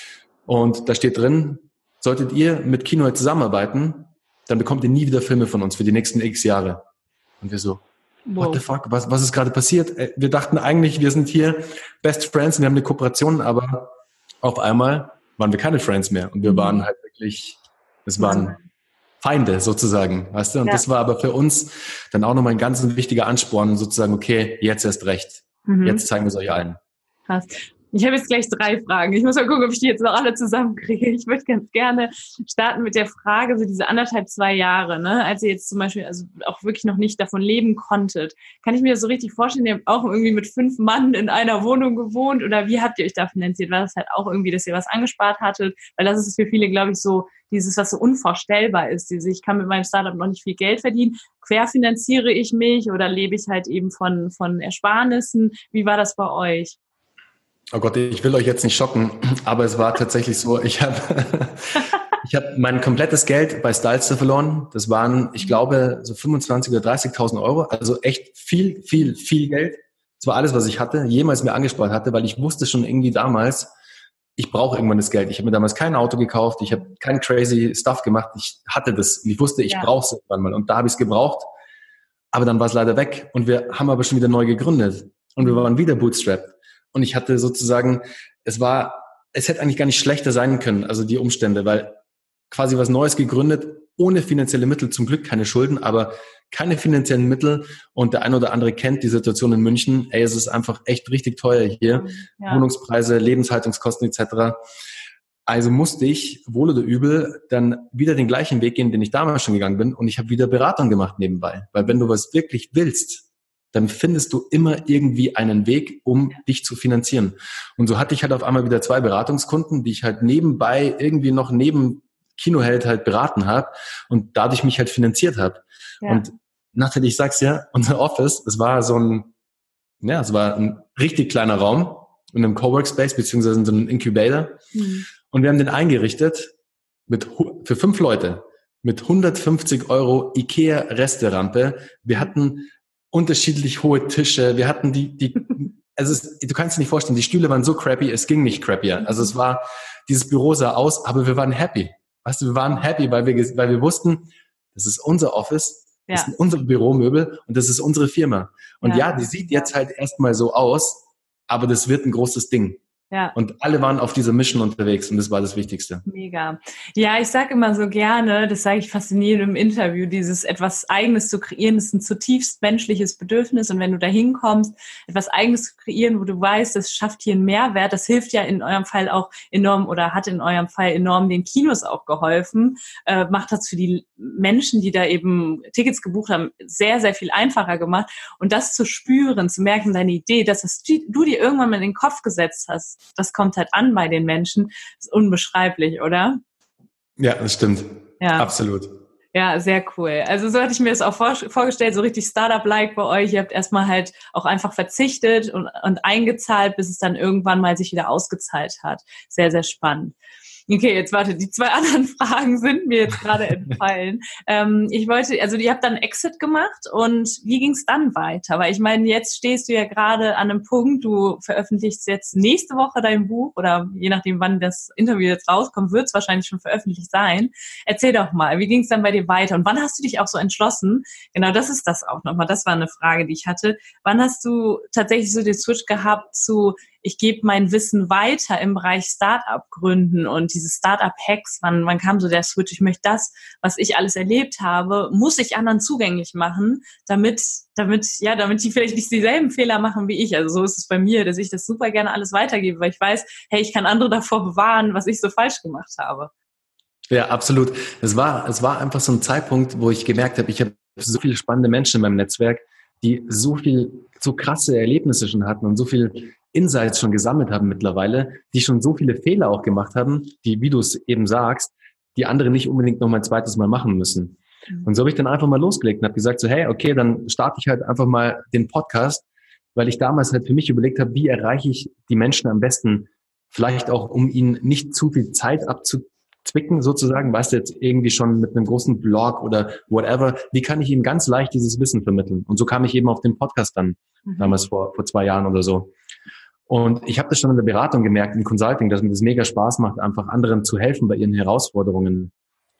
und da steht drin, solltet ihr mit Kinoheld zusammenarbeiten, dann bekommt ihr nie wieder Filme von uns für die nächsten x Jahre. Und wir so, wow. What the fuck, was, was ist gerade passiert? Wir dachten eigentlich, wir sind hier Best Friends und wir haben eine Kooperation, aber auf einmal waren wir keine Friends mehr. Und wir waren halt wirklich, es waren Feinde sozusagen, weißt du? Und ja. das war aber für uns dann auch nochmal ein ganz wichtiger Ansporn, sozusagen, okay, jetzt erst recht. Mhm. Jetzt zeigen wir es euch allen. Krass. Ich habe jetzt gleich drei Fragen. Ich muss mal gucken, ob ich die jetzt noch alle zusammenkriege. Ich würde ganz gerne starten mit der Frage, so diese anderthalb, zwei Jahre, ne, als ihr jetzt zum Beispiel also auch wirklich noch nicht davon leben konntet. Kann ich mir das so richtig vorstellen, ihr habt auch irgendwie mit fünf Mann in einer Wohnung gewohnt oder wie habt ihr euch da finanziert? War das halt auch irgendwie, dass ihr was angespart hattet? Weil das ist für viele, glaube ich, so dieses, was so unvorstellbar ist. Diese, ich kann mit meinem Startup noch nicht viel Geld verdienen. Querfinanziere ich mich oder lebe ich halt eben von, von Ersparnissen? Wie war das bei euch? Oh Gott, ich will euch jetzt nicht schocken, aber es war tatsächlich so, ich habe ich hab mein komplettes Geld bei Stylester verloren. Das waren, ich glaube, so fünfundzwanzigtausend oder dreißigtausend Euro. Also echt viel, viel, viel Geld. Das war alles, was ich hatte, jemals mir angespart hatte, weil ich wusste schon irgendwie damals, ich brauche irgendwann das Geld. Ich habe mir damals kein Auto gekauft, ich habe kein crazy Stuff gemacht. Ich hatte das und ich wusste, ich ja. brauche es irgendwann mal. Und da habe ich es gebraucht, aber dann war es leider weg. Und wir haben aber schon wieder neu gegründet und wir waren wieder bootstrapped. und ich hatte sozusagen, es war, es hätte eigentlich gar nicht schlechter sein können, also die Umstände, weil quasi was Neues gegründet, ohne finanzielle Mittel, zum Glück keine Schulden, aber keine finanziellen Mittel, und der ein oder andere kennt die Situation in München. Ey, es ist einfach echt richtig teuer hier. Ja. Wohnungspreise, Lebenshaltungskosten et cetera. Also musste ich, wohl oder übel, dann wieder den gleichen Weg gehen, den ich damals schon gegangen bin, und ich habe wieder Beratung gemacht nebenbei. Weil wenn du was wirklich willst, dann findest du immer irgendwie einen Weg, um dich zu finanzieren. Und so hatte ich halt auf einmal wieder zwei Beratungskunden, die ich halt nebenbei irgendwie noch neben Kinoheld halt beraten habe und dadurch mich halt finanziert habe. Ja. Und nachher, ich sag's ja, unser Office, es war so ein, ja, es war ein richtig kleiner Raum in einem Coworkspace beziehungsweise in so einem Incubator. Mhm. Und wir haben den eingerichtet mit für fünf Leute mit hundertfünfzig Euro Ikea-Resterampe. Wir hatten unterschiedlich hohe Tische. Wir hatten die, die, also es, du kannst dir nicht vorstellen, die Stühle waren so crappy, es ging nicht crappier. Also es war, dieses Büro sah aus, aber wir waren happy. Weißt du, wir waren happy, weil wir, weil wir wussten, das ist unser Office, ja. Das sind unsere Büromöbel und das ist unsere Firma. Und ja, ja die sieht jetzt halt erstmal so aus, aber das wird ein großes Ding. Ja. Und alle waren auf dieser Mission unterwegs und das war das Wichtigste. Mega. Ja, ich sage immer so gerne, das sage ich fast in jedem Interview, dieses etwas Eigenes zu kreieren, ist ein zutiefst menschliches Bedürfnis, und wenn du da hinkommst, etwas Eigenes zu kreieren, wo du weißt, das schafft hier einen Mehrwert, das hilft ja in eurem Fall auch enorm oder hat in eurem Fall enorm den Kinos auch geholfen, äh, macht das für die Menschen, die da eben Tickets gebucht haben, sehr, sehr viel einfacher gemacht, und das zu spüren, zu merken, deine Idee, dass das du dir irgendwann mal in den Kopf gesetzt hast, das kommt halt an bei den Menschen. Das ist unbeschreiblich, oder? Ja, das stimmt. Ja. Absolut. Ja, sehr cool. Also so hatte ich mir das auch vor, vorgestellt, so richtig Startup-like bei euch. Ihr habt erstmal halt auch einfach verzichtet und, und eingezahlt, bis es dann irgendwann mal sich wieder ausgezahlt hat. Sehr, sehr spannend. Okay, jetzt warte, die zwei anderen Fragen sind mir jetzt gerade entfallen. ähm, ich wollte, also ihr habt dann Exit gemacht, und wie ging es dann weiter? Weil ich meine, jetzt stehst du ja gerade an einem Punkt, du veröffentlichst jetzt nächste Woche dein Buch, oder je nachdem, wann das Interview jetzt rauskommt, wird es wahrscheinlich schon veröffentlicht sein. Erzähl doch mal, wie ging es dann bei dir weiter, und wann hast du dich auch so entschlossen? Genau, das ist das auch nochmal, das war eine Frage, die ich hatte. Wann hast du tatsächlich so den Switch gehabt zu, ich gebe mein Wissen weiter im Bereich Startup gründen und diese Startup-Hacks, wann, wann kam so der Switch, ich möchte das, was ich alles erlebt habe, muss ich anderen zugänglich machen, damit, damit, ja, damit die vielleicht nicht dieselben Fehler machen wie ich. Also so ist es bei mir, dass ich das super gerne alles weitergebe, weil ich weiß, hey, ich kann andere davor bewahren, was ich so falsch gemacht habe. Ja, absolut. Es war, es war einfach so ein Zeitpunkt, wo ich gemerkt habe, ich habe so viele spannende Menschen in meinem Netzwerk, die so viel, so krasse Erlebnisse schon hatten und so viel Insights schon gesammelt haben mittlerweile, die schon so viele Fehler auch gemacht haben, die, wie du es eben sagst, die andere nicht unbedingt noch mal ein zweites Mal machen müssen. Mhm. Und so habe ich dann einfach mal losgelegt und habe gesagt so, hey, okay, dann starte ich halt einfach mal den Podcast, weil ich damals halt für mich überlegt habe, wie erreiche ich die Menschen am besten, vielleicht auch, um ihnen nicht zu viel Zeit abzuzwicken sozusagen, weißt du, jetzt irgendwie schon mit einem großen Blog oder whatever, wie kann ich ihnen ganz leicht dieses Wissen vermitteln? Und so kam ich eben auf den Podcast dann, mhm. damals vor, vor zwei Jahren oder so. Und ich habe das schon in der Beratung gemerkt, im Consulting, dass mir das mega Spaß macht, einfach anderen zu helfen bei ihren Herausforderungen.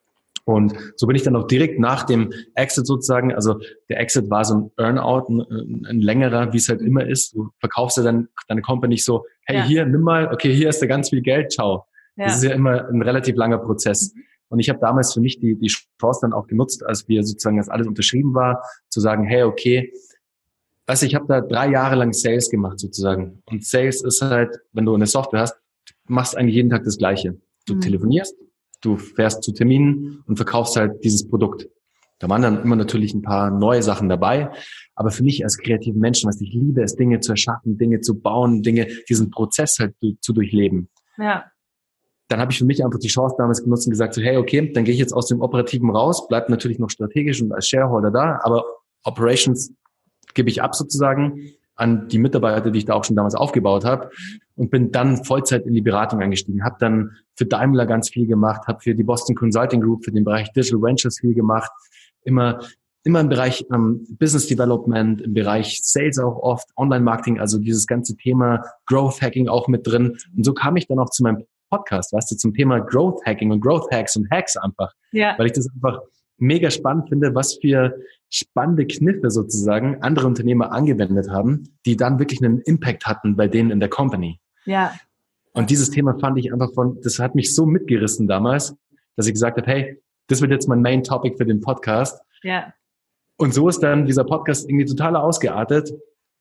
Und so bin ich dann auch direkt nach dem Exit sozusagen, also der Exit war so ein Earnout, ein, ein längerer, wie es halt immer ist. Du verkaufst ja dann deine Company so, hey, ja. hier, nimm mal, okay, hier hast du ganz viel Geld, ciao. Ja. Das ist ja immer ein relativ langer Prozess. Und ich habe damals für mich die, die Chance dann auch genutzt, als wir sozusagen das alles unterschrieben war, zu sagen, hey, okay, weißt du, ich habe da drei Jahre lang Sales gemacht sozusagen. Und Sales ist halt, wenn du eine Software hast, machst eigentlich jeden Tag das Gleiche. Du mhm. telefonierst, du fährst zu Terminen und verkaufst halt dieses Produkt. Da waren dann immer natürlich ein paar neue Sachen dabei. Aber für mich als kreativen Menschen, was ich liebe, ist Dinge zu erschaffen, Dinge zu bauen, Dinge, diesen Prozess halt zu durchleben. Ja. Dann habe ich für mich einfach die Chance damals genutzt und gesagt so, hey, okay, dann gehe ich jetzt aus dem Operativen raus, bleib natürlich noch strategisch und als Shareholder da, aber Operations gebe ich ab sozusagen an die Mitarbeiter, die ich da auch schon damals aufgebaut habe, und bin dann Vollzeit in die Beratung eingestiegen. Habe dann für Daimler ganz viel gemacht, habe für die Boston Consulting Group, für den Bereich Digital Ventures viel gemacht, immer immer im Bereich ähm, Business Development, im Bereich Sales auch oft, Online-Marketing, also dieses ganze Thema Growth Hacking auch mit drin. Und so kam ich dann auch zu meinem Podcast, weißt du, zum Thema Growth Hacking und Growth Hacks und Hacks einfach, ja. Weil ich das einfach mega spannend finde, was für spannende Kniffe sozusagen andere Unternehmer angewendet haben, die dann wirklich einen Impact hatten bei denen in der Company. Ja. Und dieses Thema fand ich einfach von, das hat mich so mitgerissen damals, dass ich gesagt habe, hey, das wird jetzt mein Main Topic für den Podcast. Ja. Und so ist dann dieser Podcast irgendwie total ausgeartet.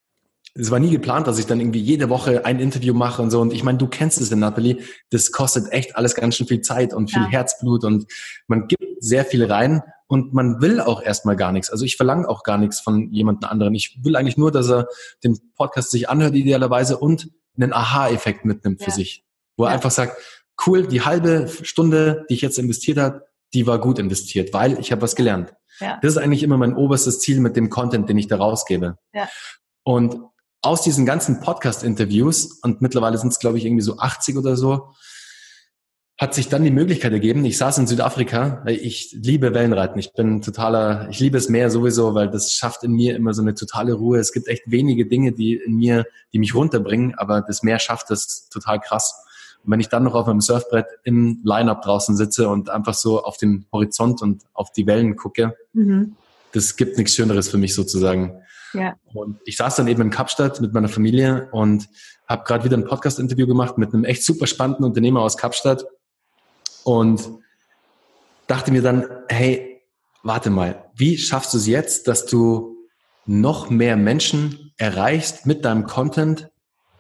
Es war nie geplant, dass ich dann irgendwie jede Woche ein Interview mache und so. Und ich meine, du kennst es, Nathalie, das kostet echt alles ganz schön viel Zeit und viel ja. Herzblut und man gibt sehr viel rein und man will auch erstmal gar nichts. Also ich verlange auch gar nichts von jemand anderen. Ich will eigentlich nur, dass er den Podcast sich anhört idealerweise und einen Aha-Effekt mitnimmt für ja. sich. Wo er ja. einfach sagt, cool, die halbe Stunde, die ich jetzt investiert habe, die war gut investiert, weil ich habe was gelernt. Ja. Das ist eigentlich immer mein oberstes Ziel mit dem Content, den ich da rausgebe. Ja. Und aus diesen ganzen Podcast-Interviews, und mittlerweile sind es, glaube ich, irgendwie so achtzig oder so, hat sich dann die Möglichkeit ergeben, ich saß in Südafrika, weil ich liebe Wellenreiten, ich bin totaler, ich liebe es Meer sowieso, weil das schafft in mir immer so eine totale Ruhe. Es gibt echt wenige Dinge, die in mir, die mich runterbringen, aber das Meer schafft das total krass. Und wenn ich dann noch auf einem Surfbrett im Line-Up draußen sitze und einfach so auf den Horizont und auf die Wellen gucke, mhm. das gibt nichts Schöneres für mich sozusagen. Ja. Und ich saß dann eben in Kapstadt mit meiner Familie und habe gerade wieder ein Podcast-Interview gemacht mit einem echt super spannenden Unternehmer aus Kapstadt und dachte mir dann, hey, warte mal, wie schaffst du es jetzt, dass du noch mehr Menschen erreichst mit deinem Content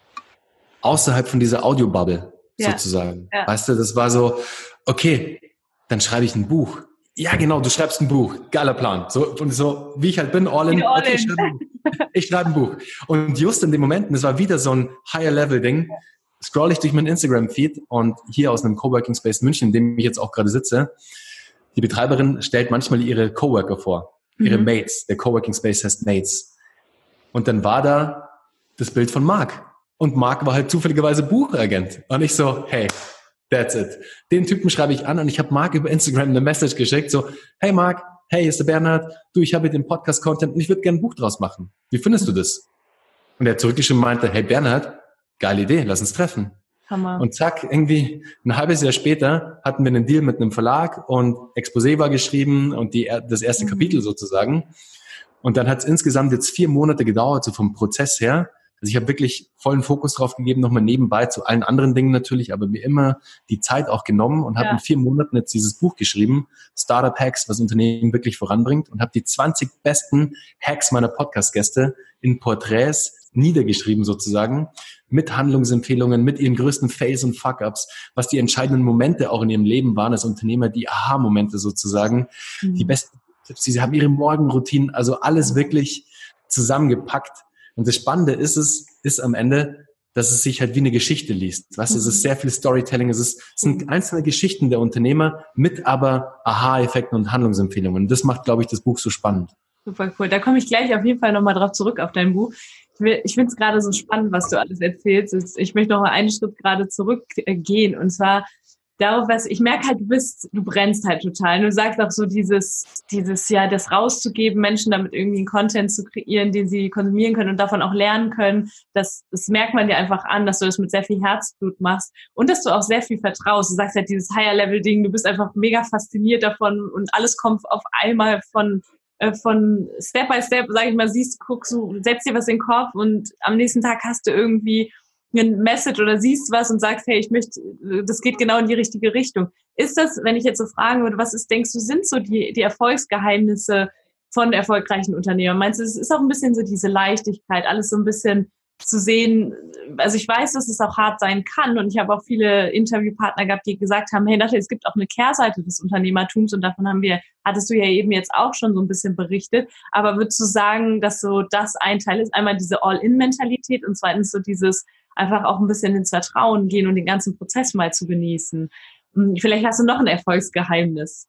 außerhalb von dieser Audio-Bubble ja. sozusagen? Ja. Weißt du, das war so, okay, dann schreibe ich ein Buch. Ja, genau, du schreibst ein Buch. Geiler Plan. So, und so, wie ich halt bin, all in. All okay, in. Ich, schreibe, ich schreibe ein Buch. Und just in dem Moment, und das war wieder so ein Higher-Level-Ding, scroll ich durch meinen Instagram-Feed und hier aus einem Coworking Space München, in dem ich jetzt auch gerade sitze, die Betreiberin stellt manchmal ihre Coworker vor, ihre mhm. Mates. Der Coworking Space heißt Mates. Und dann war da das Bild von Marc. Und Marc war halt zufälligerweise Buchagent. Und ich so, hey, that's it. Den Typen schreibe ich an und ich habe Marc über Instagram eine Message geschickt, so, hey Marc, hey, hier ist der Bernhard, du, ich habe hier den Podcast-Content und ich würde gerne ein Buch draus machen. Wie findest du das? Und er hat zurückgeschrieben und meinte, hey Bernhard, geile Idee, lass uns treffen. Hammer. Und zack, irgendwie ein halbes Jahr später hatten wir einen Deal mit einem Verlag und Exposé war geschrieben und die, das erste mhm. Kapitel sozusagen. Und dann hat es insgesamt jetzt vier Monate gedauert, so vom Prozess her. Also ich habe wirklich vollen Fokus drauf gegeben, nochmal nebenbei zu allen anderen Dingen natürlich, aber mir immer die Zeit auch genommen und habe ja. in vier Monaten jetzt dieses Buch geschrieben, Startup Hacks, was Unternehmen wirklich voranbringt, und habe die zwanzig besten Hacks meiner Podcast-Gäste in Porträts niedergeschrieben sozusagen, mit Handlungsempfehlungen, mit ihren größten Fails und Fuck-Ups, was die entscheidenden Momente auch in ihrem Leben waren als Unternehmer, die Aha-Momente sozusagen, mhm. die besten Tipps, sie haben ihre Morgenroutinen, also alles wirklich zusammengepackt. Und das Spannende ist es, ist am Ende, dass es sich halt wie eine Geschichte liest. Weißt du, mhm. es ist sehr viel Storytelling, es, ist, es sind einzelne Geschichten der Unternehmer mit aber Aha-Effekten und Handlungsempfehlungen. Und das macht, glaube ich, das Buch so spannend. Super cool. Da komme ich gleich auf jeden Fall nochmal drauf zurück auf dein Buch. Ich, will, ich finde es gerade so spannend, was du alles erzählst. Ich möchte noch mal einen Schritt gerade zurückgehen. Und zwar darauf, was ich merke halt, du bist, du brennst halt total. Du sagst auch so dieses, dieses, ja, das rauszugeben, Menschen damit irgendwie einen Content zu kreieren, den sie konsumieren können und davon auch lernen können. Das, das merkt man dir einfach an, dass du das mit sehr viel Herzblut machst und dass du auch sehr viel vertraust. Du sagst halt dieses Higher-Level-Ding, du bist einfach mega fasziniert davon und alles kommt auf einmal von, äh, von Step by Step, sag ich mal, siehst, guckst du, setzt dir was in den Kopf und am nächsten Tag hast du irgendwie ein Message oder siehst was und sagst, hey, ich möchte, das geht genau in die richtige Richtung. Ist das, wenn ich jetzt so fragen würde, was ist, denkst du, sind so die, die Erfolgsgeheimnisse von erfolgreichen Unternehmern? Meinst du, es ist auch ein bisschen so diese Leichtigkeit, alles so ein bisschen zu sehen? Also ich weiß, dass es auch hart sein kann und ich habe auch viele Interviewpartner gehabt, die gesagt haben, hey Natalie, es gibt auch eine Kehrseite des Unternehmertums und davon haben wir, hattest du ja eben jetzt auch schon so ein bisschen berichtet, aber würdest du sagen, dass so das ein Teil ist, einmal diese All-in-Mentalität und zweitens so dieses einfach auch ein bisschen ins Vertrauen gehen und den ganzen Prozess mal zu genießen. Vielleicht hast du noch ein Erfolgsgeheimnis.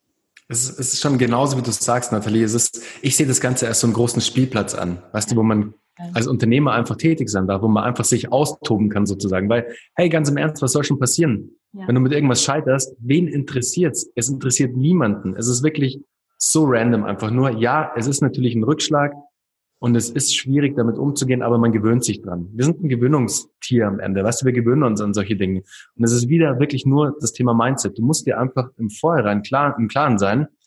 Es ist, es ist schon genauso, wie du es sagst, Nathalie. Es ist, ich sehe das Ganze als so einen großen Spielplatz an, weißt du, wo man als Unternehmer einfach tätig sein darf, wo man einfach sich austoben kann sozusagen. Weil, hey, ganz im Ernst, was soll schon passieren? Ja. Wenn du mit irgendwas scheiterst, wen interessiert's? Es interessiert niemanden. Es ist wirklich so random einfach nur. Ja, es ist natürlich ein Rückschlag, und es ist schwierig, damit umzugehen, aber man gewöhnt sich dran. Wir sind ein Gewöhnungstier am Ende. Weißt du, wir gewöhnen uns an solche Dinge. Und es ist wieder wirklich nur das Thema Mindset. Du musst dir einfach im Vorhinein klar, im Klaren sein,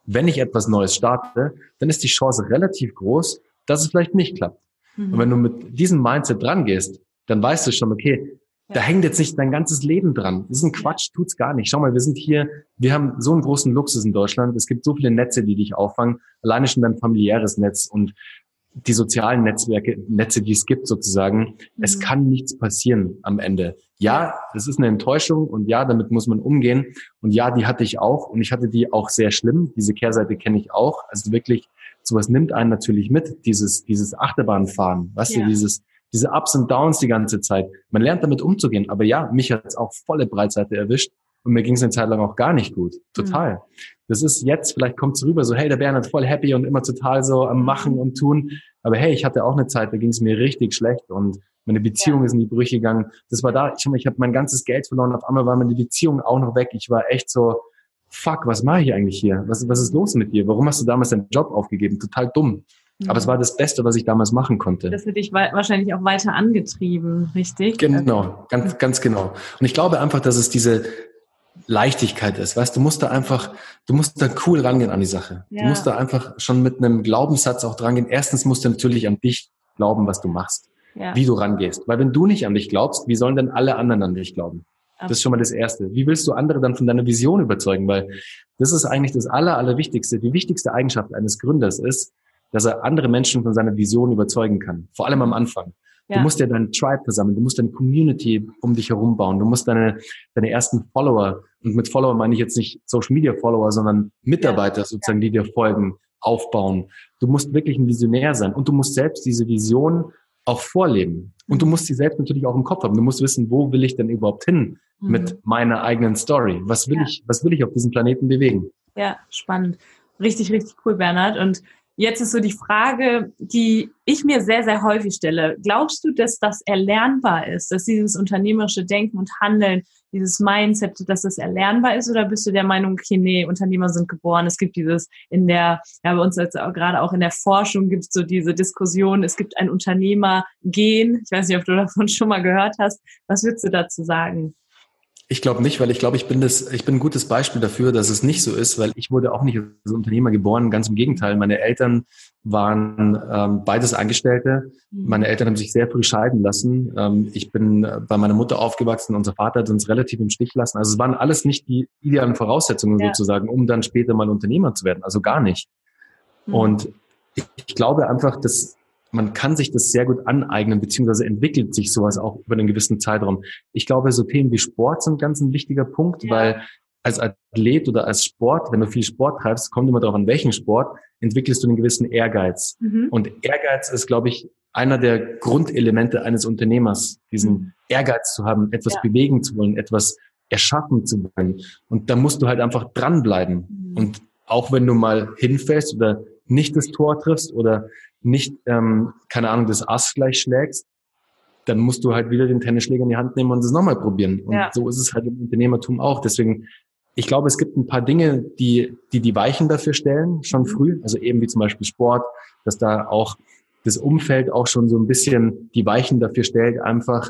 wenn ich etwas Neues starte, dann ist die Chance relativ groß, dass es vielleicht nicht klappt. Mhm. Und wenn du mit diesem Mindset dran gehst, dann weißt du schon, okay, ja. da hängt jetzt nicht dein ganzes Leben dran. Das ist ein Quatsch, tut's gar nicht. Schau mal, wir sind hier, wir haben so einen großen Luxus in Deutschland. Es gibt so viele Netze, die dich auffangen. Alleine schon dein familiäres Netz und die sozialen Netzwerke, Netze, die es gibt sozusagen. Mhm. Es kann nichts passieren am Ende. Ja, es ist eine Enttäuschung und ja, damit muss man umgehen. Und ja, die hatte ich auch und ich hatte die auch sehr schlimm. Diese Kehrseite kenne ich auch. Also wirklich, sowas nimmt einen natürlich mit, dieses, dieses Achterbahnfahren, weißt ja. du, dieses, diese Ups und Downs die ganze Zeit. Man lernt damit umzugehen. Aber ja, mich hat es auch volle Breitseite erwischt und mir ging es eine Zeit lang auch gar nicht gut. Total. Mhm. Das ist jetzt, vielleicht kommt es rüber so, hey, der Bernhard voll happy und immer total so am Machen und Tun. Aber hey, ich hatte auch eine Zeit, da ging es mir richtig schlecht und meine Beziehung ja. ist in die Brüche gegangen. Das war da, ich, ich habe mein ganzes Geld verloren, auf einmal war meine Beziehung auch noch weg. Ich war echt so, fuck, was mache ich eigentlich hier? Was, was ist los mit dir? Warum hast du damals deinen Job aufgegeben? Total dumm. Mhm. Aber es war das Beste, was ich damals machen konnte. Das hat dich wahrscheinlich auch weiter angetrieben, richtig? Genau, ganz, ganz genau. Und ich glaube einfach, dass es diese Leichtigkeit ist, weißt du, musst da einfach, du musst da cool rangehen an die Sache. Ja. Du musst da einfach schon mit einem Glaubenssatz auch drangehen. Erstens musst du natürlich an dich glauben, was du machst, ja. wie du rangehst. Weil wenn du nicht an dich glaubst, wie sollen denn alle anderen an dich glauben? Absolut. Das ist schon mal das Erste. Wie willst du andere dann von deiner Vision überzeugen? Weil das ist eigentlich das Aller, Allerwichtigste. Die wichtigste Eigenschaft eines Gründers ist, dass er andere Menschen von seiner Vision überzeugen kann. Vor allem am Anfang. Ja. Du musst ja deinen Tribe versammeln, du musst deine Community um dich herum bauen, du musst deine deine ersten Follower, und mit Follower meine ich jetzt nicht Social Media Follower, sondern Mitarbeiter ja. sozusagen, die dir folgen, aufbauen. Du musst wirklich ein Visionär sein und du musst selbst diese Vision auch vorleben. Und du musst sie selbst natürlich auch im Kopf haben. Du musst wissen, wo will ich denn überhaupt hin mhm. mit meiner eigenen Story? Was will ja. ich, was will ich auf diesem Planeten bewegen? Ja, spannend. Richtig, richtig cool, Bernhard. Und jetzt ist so die Frage, die ich mir sehr, sehr häufig stelle. Glaubst du, dass das erlernbar ist, dass dieses unternehmerische Denken und Handeln, dieses Mindset, dass das erlernbar ist? Oder bist du der Meinung, okay, nee, Unternehmer sind geboren. Es gibt dieses in der, ja, bei uns jetzt auch, gerade auch in der Forschung gibt es so diese Diskussion, es gibt ein Unternehmergen. Ich weiß nicht, ob du davon schon mal gehört hast. Was würdest du dazu sagen? Ich glaube nicht, weil ich glaube, ich bin das, ich bin ein gutes Beispiel dafür, dass es nicht so ist, weil ich wurde auch nicht als Unternehmer geboren. Ganz im Gegenteil. Meine Eltern waren ähm, beides Angestellte. Meine Eltern haben sich sehr früh scheiden lassen. Ähm, ich bin bei meiner Mutter aufgewachsen. Unser Vater hat uns relativ im Stich lassen. Also es waren alles nicht die idealen Voraussetzungen ja. sozusagen, um dann später mal Unternehmer zu werden. Also gar nicht. Mhm. Und ich, ich glaube einfach, dass man kann sich das sehr gut aneignen, beziehungsweise entwickelt sich sowas auch über einen gewissen Zeitraum. Ich glaube, so Themen wie Sport sind ganz ein wichtiger Punkt, ja. weil als Athlet oder als Sport, wenn du viel Sport treibst, kommt immer darauf an, welchen Sport, entwickelst du einen gewissen Ehrgeiz. Mhm. Und Ehrgeiz ist, glaube ich, einer der Grundelemente eines Unternehmers, diesen mhm. Ehrgeiz zu haben, etwas ja. bewegen zu wollen, etwas erschaffen zu wollen. Und da musst du halt einfach dranbleiben. Mhm. Und auch wenn du mal hinfällst oder nicht das Tor triffst oder nicht, ähm, keine Ahnung, das Ass gleich schlägst, dann musst du halt wieder den Tennisschläger in die Hand nehmen und es nochmal probieren. Und ja. so ist es halt im Unternehmertum auch. Deswegen, ich glaube, es gibt ein paar Dinge, die die, die Weichen dafür stellen, schon mhm. früh. Also eben wie zum Beispiel Sport, dass da auch das Umfeld auch schon so ein bisschen die Weichen dafür stellt, einfach.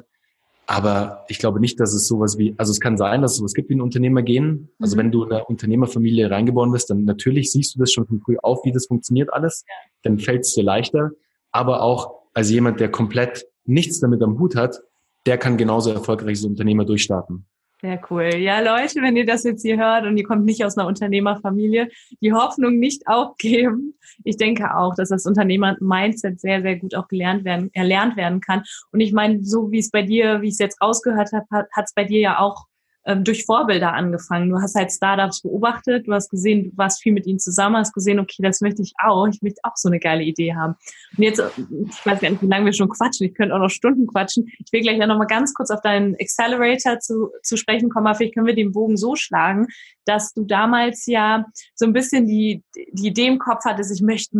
Aber ich glaube nicht, dass es sowas wie, also es kann sein, dass es sowas gibt wie ein Unternehmergehen. Also mhm. wenn du in eine Unternehmerfamilie reingeboren bist, dann natürlich siehst du das schon von früh auf, wie das funktioniert alles. Ja. Dann fällt es dir leichter. Aber auch als jemand, der komplett nichts damit am Hut hat, der kann genauso erfolgreich als Unternehmer durchstarten. Sehr cool. Ja, Leute, wenn ihr das jetzt hier hört und ihr kommt nicht aus einer Unternehmerfamilie, die Hoffnung nicht aufgeben. Ich denke auch, dass das Unternehmer-Mindset sehr, sehr gut auch gelernt werden, erlernt werden kann. Und ich meine, so wie es bei dir, wie ich es jetzt rausgehört habe, hat es bei dir ja auch ähm, durch Vorbilder angefangen. Du hast halt Startups beobachtet, du hast gesehen, du warst viel mit ihnen zusammen, hast gesehen, okay, das möchte ich auch. Ich möchte auch so eine geile Idee haben. Und jetzt, ich weiß gar nicht, wie lange wir schon quatschen. Ich könnte auch noch Stunden quatschen. Ich will gleich ja noch mal ganz kurz auf deinen Accelerator zu, zu sprechen kommen. Aber vielleicht können wir den Bogen so schlagen, dass du damals ja so ein bisschen die, die Idee im Kopf hattest, ich möchte ein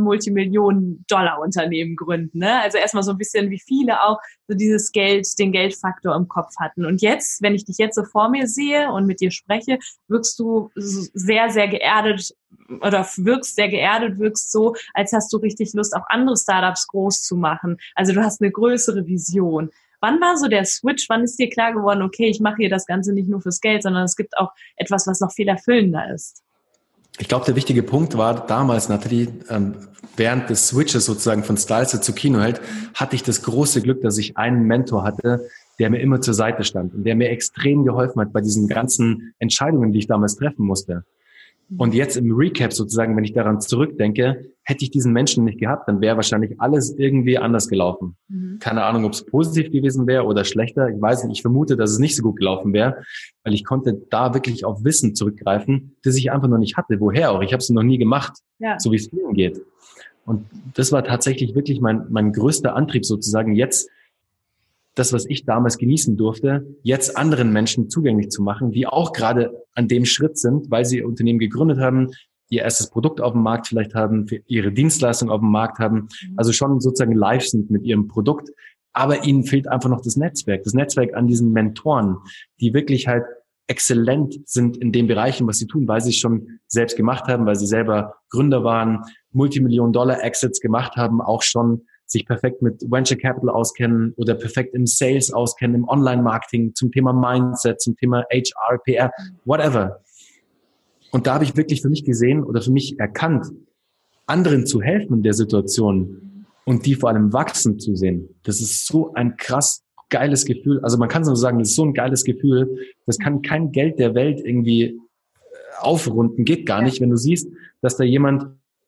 Multimillionen-Dollar-Unternehmen gründen. Ne? Also erstmal so ein bisschen, wie viele auch so dieses Geld, den Geldfaktor im Kopf hatten. Und jetzt, wenn ich dich jetzt so vor mir sehe und mit dir spreche, wirkst du sehr, sehr geerdet oder wirkst sehr geerdet, wirkst so, als hast du richtig Lust, auch andere Startups groß zu machen. Also du hast eine größere Vision. Wann war so der Switch? Wann ist dir klar geworden, okay, ich mache hier das Ganze nicht nur fürs Geld, sondern es gibt auch etwas, was noch viel erfüllender ist? Ich glaube, der wichtige Punkt war damals, Nathalie, ähm, während des Switches sozusagen von Stylester zu Kinoheld, hatte ich das große Glück, dass ich einen Mentor hatte, der mir immer zur Seite stand und der mir extrem geholfen hat bei diesen ganzen Entscheidungen, die ich damals treffen musste. Und jetzt im Recap sozusagen, wenn ich daran zurückdenke, hätte ich diesen Menschen nicht gehabt, dann wäre wahrscheinlich alles irgendwie anders gelaufen. Mhm. Keine Ahnung, ob es positiv gewesen wäre oder schlechter. Ich weiß nicht, ich vermute, dass es nicht so gut gelaufen wäre, weil ich konnte da wirklich auf Wissen zurückgreifen, das ich einfach noch nicht hatte. Woher auch? Ich habe es noch nie gemacht, ja. So wie es vielen geht. Und das war tatsächlich wirklich mein, mein größter Antrieb sozusagen, jetzt das, was ich damals genießen durfte, jetzt anderen Menschen zugänglich zu machen, die auch gerade an dem Schritt sind, weil sie ihr Unternehmen gegründet haben, ihr erstes Produkt auf dem Markt vielleicht haben, ihre Dienstleistung auf dem Markt haben, also schon sozusagen live sind mit ihrem Produkt, aber ihnen fehlt einfach noch das Netzwerk, das Netzwerk an diesen Mentoren, die wirklich halt exzellent sind in den Bereichen, was sie tun, weil sie es schon selbst gemacht haben, weil sie selber Gründer waren, Multimillion-Dollar-Exits gemacht haben, auch schon sich perfekt mit Venture Capital auskennen oder perfekt im Sales auskennen, im Online-Marketing, zum Thema Mindset, zum Thema H R, P R, whatever. Und da habe ich wirklich für mich gesehen oder für mich erkannt, anderen zu helfen in der Situation und die vor allem wachsen zu sehen. Das ist so ein krass geiles Gefühl. Also man kann so sagen, das ist so ein geiles Gefühl. Das kann kein Geld der Welt irgendwie aufrunden, geht gar nicht, wenn du siehst, dass da jemand,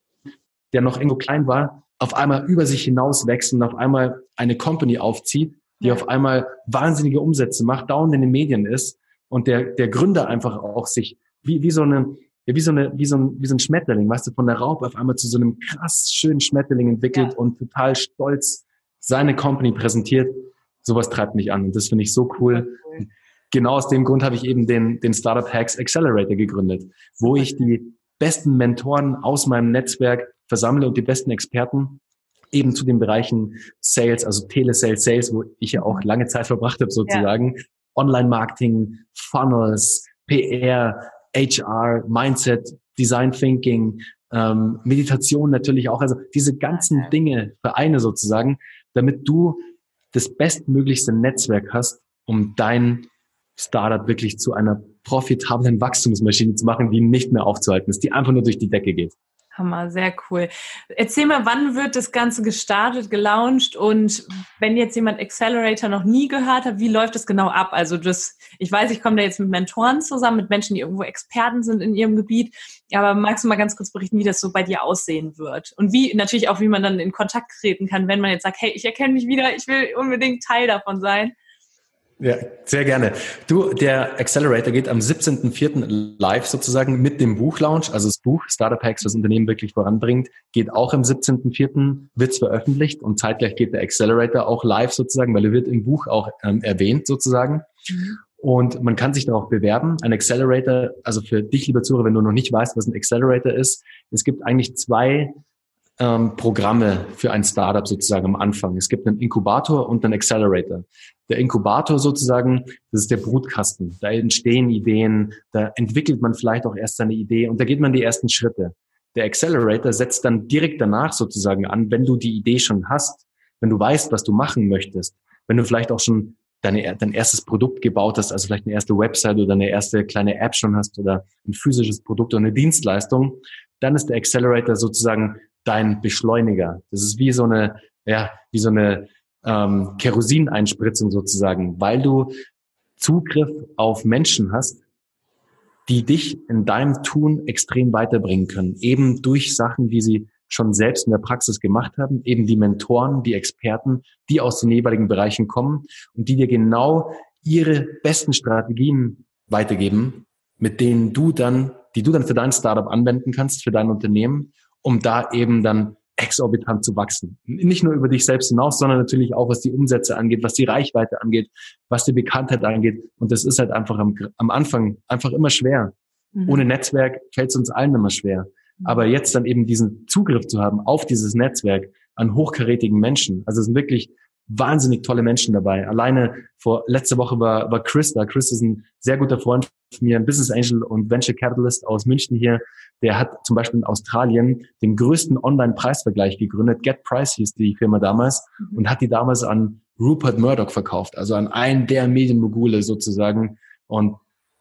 der noch irgendwo klein war, auf einmal über sich hinaus wächst und auf einmal eine Company aufzieht, die ja. auf einmal wahnsinnige Umsätze macht, dauernd in den Medien ist und der der Gründer einfach auch sich wie wie so eine ja, wie so eine wie so ein wie so ein Schmetterling, weißt du, von der Raupe auf einmal zu so einem krass schönen Schmetterling entwickelt ja. und total stolz seine Company präsentiert. Sowas treibt mich an und das finde ich so cool. cool. Genau aus dem Grund habe ich eben den den Startup Hacks Accelerator gegründet, wo ich die besten Mentoren aus meinem Netzwerk versammle und die besten Experten eben zu den Bereichen Sales, also Telesales, Sales, wo ich ja auch lange Zeit verbracht habe sozusagen, ja. Online-Marketing, Funnels, P R, H R, Mindset, Design Thinking, ähm, Meditation natürlich auch, also diese ganzen ja. Dinge vereine sozusagen, damit du das bestmöglichste Netzwerk hast, um dein Startup wirklich zu einer profitablen Wachstumsmaschine zu machen, die nicht mehr aufzuhalten ist, die einfach nur durch die Decke geht. Hammer, sehr cool. Erzähl mal, wann wird das Ganze gestartet, gelauncht und wenn jetzt jemand Accelerator noch nie gehört hat, wie läuft das genau ab? Also das, ich weiß, ich komme da jetzt mit Mentoren zusammen, mit Menschen, die irgendwo Experten sind in ihrem Gebiet, aber magst du mal ganz kurz berichten, wie das so bei dir aussehen wird? Und wie, natürlich auch, wie man dann in Kontakt treten kann, wenn man jetzt sagt, hey, ich erkenne mich wieder, ich will unbedingt Teil davon sein. Ja, sehr gerne. Du, der Accelerator geht am siebzehnten vierten live sozusagen mit dem Buchlaunch. Also das Buch Startup Hacks, was Unternehmen wirklich voranbringt, geht auch am siebzehnten vierten wird's veröffentlicht und zeitgleich geht der Accelerator auch live sozusagen, weil er wird im Buch auch ähm, erwähnt sozusagen. Mhm. Und man kann sich darauf bewerben. Ein Accelerator, also für dich, lieber Zuhörer, wenn du noch nicht weißt, was ein Accelerator ist, es gibt eigentlich zwei Ähm, Programme für ein Startup sozusagen am Anfang. Es gibt einen Inkubator und einen Accelerator. Der Inkubator sozusagen, das ist der Brutkasten. Da entstehen Ideen, da entwickelt man vielleicht auch erst seine Idee und da geht man die ersten Schritte. Der Accelerator setzt dann direkt danach sozusagen an, wenn du die Idee schon hast, wenn du weißt, was du machen möchtest, wenn du vielleicht auch schon deine, dein erstes Produkt gebaut hast, also vielleicht eine erste Website oder eine erste kleine App schon hast oder ein physisches Produkt oder eine Dienstleistung, dann ist der Accelerator sozusagen dein Beschleuniger. Das ist wie so eine, ja, wie so eine ähm, Kerosineinspritzung sozusagen, weil du Zugriff auf Menschen hast, die dich in deinem Tun extrem weiterbringen können. Eben durch Sachen, die sie schon selbst in der Praxis gemacht haben, eben die Mentoren, die Experten, die aus den jeweiligen Bereichen kommen und die dir genau ihre besten Strategien weitergeben, mit denen du dann, die du dann für dein Startup anwenden kannst, für dein Unternehmen, um da eben dann exorbitant zu wachsen. Nicht nur über dich selbst hinaus, sondern natürlich auch, was die Umsätze angeht, was die Reichweite angeht, was die Bekanntheit angeht. Und das ist halt einfach am, am Anfang einfach immer schwer. Mhm. Ohne Netzwerk fällt es uns allen immer schwer. Mhm. Aber jetzt dann eben diesen Zugriff zu haben auf dieses Netzwerk an hochkarätigen Menschen. Also es sind wirklich wahnsinnig tolle Menschen dabei. Alleine vor letzte Woche war, war Chris da. Chris ist ein sehr guter Freund von mir, ein Business Angel und Venture Capitalist aus München hier. Der hat zum Beispiel in Australien den größten Online-Preisvergleich gegründet. Get Price hieß die Firma damals mhm. und hat die damals an Rupert Murdoch verkauft, also an einen der Medienmogule sozusagen. Und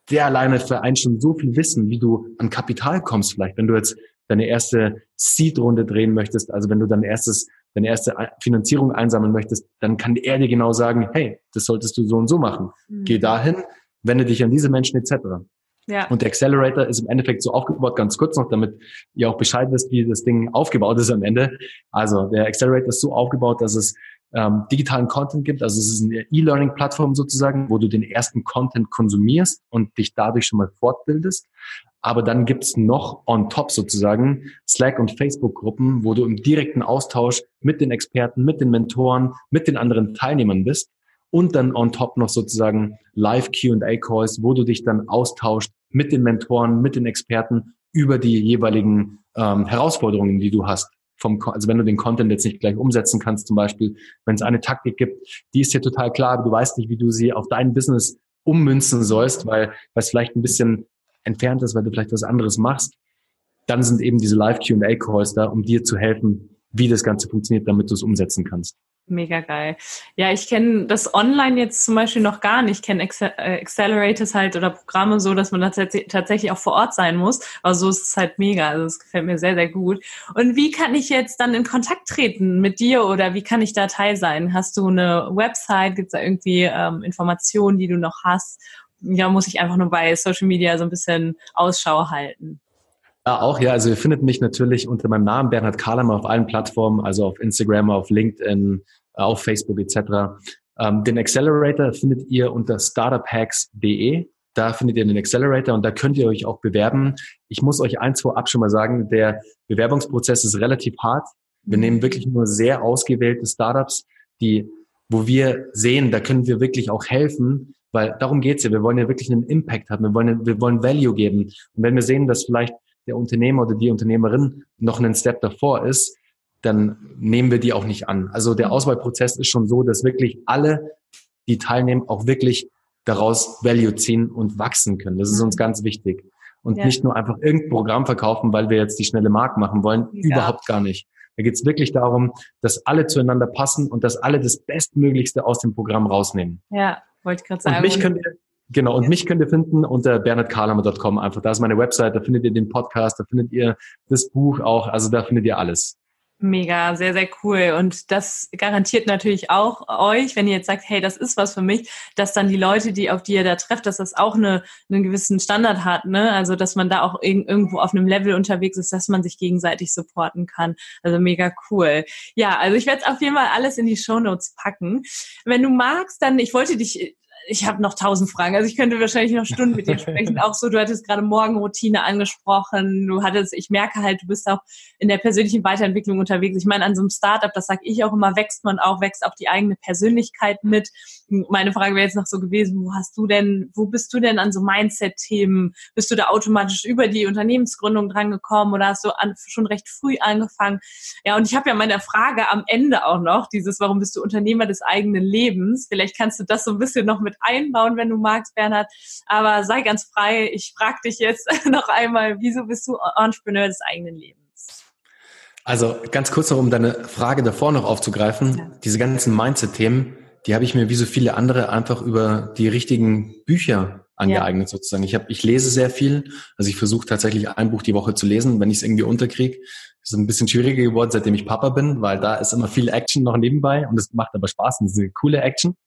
der alleine vereint schon so viel Wissen, wie du an Kapital kommst vielleicht, wenn du jetzt deine erste Seed-Runde drehen möchtest, also wenn du dein erstes, deine erste Finanzierung einsammeln möchtest, dann kann er dir genau sagen, hey, das solltest du so und so machen. Mhm. Geh dahin, wende dich an diese Menschen et cetera. Ja. Und der Accelerator ist im Endeffekt so aufgebaut, ganz kurz noch, damit ihr auch Bescheid wisst, wie das Ding aufgebaut ist am Ende. Also der Accelerator ist so aufgebaut, dass es ähm, digitalen Content gibt. Also es ist eine E-Learning-Plattform sozusagen, wo du den ersten Content konsumierst und dich dadurch schon mal fortbildest. Aber dann gibt's noch on top sozusagen Slack- und Facebook-Gruppen, wo du im direkten Austausch mit den Experten, mit den Mentoren, mit den anderen Teilnehmern bist. Und dann on top noch sozusagen Live-Q and A-Calls, wo du dich dann austauscht mit den Mentoren, mit den Experten über die jeweiligen ähm, Herausforderungen, die du hast. Vom, also wenn du den Content jetzt nicht gleich umsetzen kannst, zum Beispiel, wenn es eine Taktik gibt, die ist dir total klar, aber du weißt nicht, wie du sie auf dein Business ummünzen sollst, weil es vielleicht ein bisschen entfernt ist, weil du vielleicht was anderes machst, dann sind eben diese Live-Q and A-Calls da, um dir zu helfen, wie das Ganze funktioniert, damit du es umsetzen kannst. Mega geil. Ja, ich kenne das online jetzt zum Beispiel noch gar nicht. Ich kenne Accelerators halt oder Programme so, dass man da tatsächlich auch vor Ort sein muss. Aber so ist es halt mega. Also es gefällt mir sehr, sehr gut. Und wie kann ich jetzt dann in Kontakt treten mit dir oder wie kann ich da teil sein? Hast du eine Website? Gibt es da irgendwie ähm, Informationen, die du noch hast? Ja, muss ich einfach nur bei Social Media so ein bisschen Ausschau halten? Ja, auch, ja. Also ihr findet mich natürlich unter meinem Namen Bernhard Kahlhammer auf allen Plattformen, also auf Instagram, auf LinkedIn, auf Facebook et cetera. Ähm, den Accelerator findet ihr unter startup hacks punkt de. Da findet ihr den Accelerator und da könnt ihr euch auch bewerben. Ich muss euch eins vorab schon mal sagen, der Bewerbungsprozess ist relativ hart. Wir nehmen wirklich nur sehr ausgewählte Startups, die, wo wir sehen, da können wir wirklich auch helfen, weil darum geht's ja. Wir wollen ja wirklich einen Impact haben. Wir wollen, wir wollen Value geben. Und wenn wir sehen, dass vielleicht der Unternehmer oder die Unternehmerin noch einen Step davor ist, dann nehmen wir die auch nicht an. Also der Auswahlprozess ist schon so, dass wirklich alle, die teilnehmen, auch wirklich daraus Value ziehen und wachsen können. Das ist uns ganz wichtig. Und ja. nicht nur einfach irgendein Programm verkaufen, weil wir jetzt die schnelle Mark machen wollen. Ja. Überhaupt gar nicht. Da geht es wirklich darum, dass alle zueinander passen und dass alle das Bestmöglichste aus dem Programm rausnehmen. Ja, wollte ich gerade sagen. Und mich könnt ihr Genau, und ja. mich könnt ihr finden unter bernhard kahlhammer punkt com. Einfach, da ist meine Website, da findet ihr den Podcast, da findet ihr das Buch auch, also da findet ihr alles. Mega, sehr, sehr cool. Und das garantiert natürlich auch euch, wenn ihr jetzt sagt, hey, das ist was für mich, dass dann die Leute, die auf die ihr da trefft, dass das auch eine, einen gewissen Standard hat, ne? Also, dass man da auch irg- irgendwo auf einem Level unterwegs ist, dass man sich gegenseitig supporten kann. Also mega cool. Ja, also ich werde es auf jeden Fall alles in die Shownotes packen. Wenn du magst, dann, ich wollte dich... Ich habe noch tausend Fragen. Also ich könnte wahrscheinlich noch Stunden mit dir sprechen. Auch so, du hattest gerade Morgenroutine angesprochen. Du hattest, ich merke halt, du bist auch in der persönlichen Weiterentwicklung unterwegs. Ich meine, an so einem Startup, das sage ich auch immer, wächst man auch, wächst auch die eigene Persönlichkeit mit. Meine Frage wäre jetzt noch so gewesen, wo hast du denn, wo bist du denn an so Mindset-Themen? Bist du da automatisch über die Unternehmensgründung drangekommen oder hast du an, schon recht früh angefangen? Ja, und ich habe ja meine Frage am Ende auch noch, dieses, warum bist du Unternehmer des eigenen Lebens? Vielleicht kannst du das so ein bisschen noch mit einbauen, wenn du magst, Bernhard. Aber sei ganz frei. Ich frage dich jetzt noch einmal, wieso bist du Entrepreneur des eigenen Lebens? Also ganz kurz noch, um deine Frage davor noch aufzugreifen. Ja. Diese ganzen Mindset-Themen, die habe ich mir wie so viele andere einfach über die richtigen Bücher angeeignet, ja. sozusagen. Ich habe, ich lese sehr viel. Also ich versuche tatsächlich ein Buch die Woche zu lesen, wenn ich es irgendwie unterkriege. Das ist ein bisschen schwieriger geworden, seitdem ich Papa bin, weil da ist immer viel Action noch nebenbei und es macht aber Spaß und es ist eine coole Action.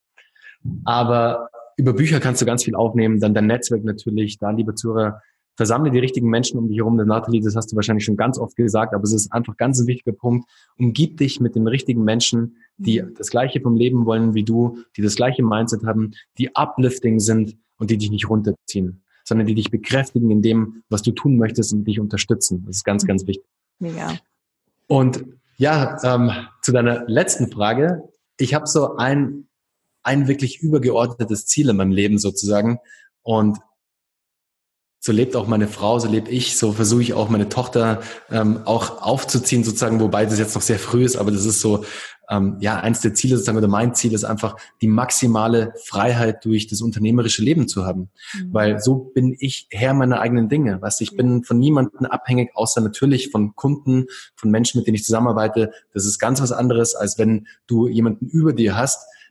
Aber über Bücher kannst du ganz viel aufnehmen, dann dein Netzwerk natürlich, da, liebe Zuhörer, versammle die richtigen Menschen um dich herum. Nathalie, das hast du wahrscheinlich schon ganz oft gesagt, aber es ist einfach ganz ein wichtiger Punkt. Umgib dich mit den richtigen Menschen, die das Gleiche vom Leben wollen wie du, die das gleiche Mindset haben, die uplifting sind und die dich nicht runterziehen, sondern die dich bekräftigen in dem, was du tun möchtest und dich unterstützen. Das ist ganz, ganz wichtig. Mega. Und ja, ähm, zu deiner letzten Frage. Ich habe so ein ein wirklich übergeordnetes Ziel in meinem Leben sozusagen und so lebt auch meine Frau, so lebe ich, so versuche ich auch meine Tochter ähm, auch aufzuziehen sozusagen, wobei das jetzt noch sehr früh ist, aber das ist so, ähm, ja, eins der Ziele sozusagen oder mein Ziel ist einfach die maximale Freiheit durch das unternehmerische Leben zu haben, mhm. weil so bin ich Herr meiner eigenen Dinge, weißt du, ich bin von niemandem abhängig, außer natürlich von Kunden, von Menschen, mit denen ich zusammenarbeite. Das ist ganz was anderes, als wenn du jemanden über dir hast,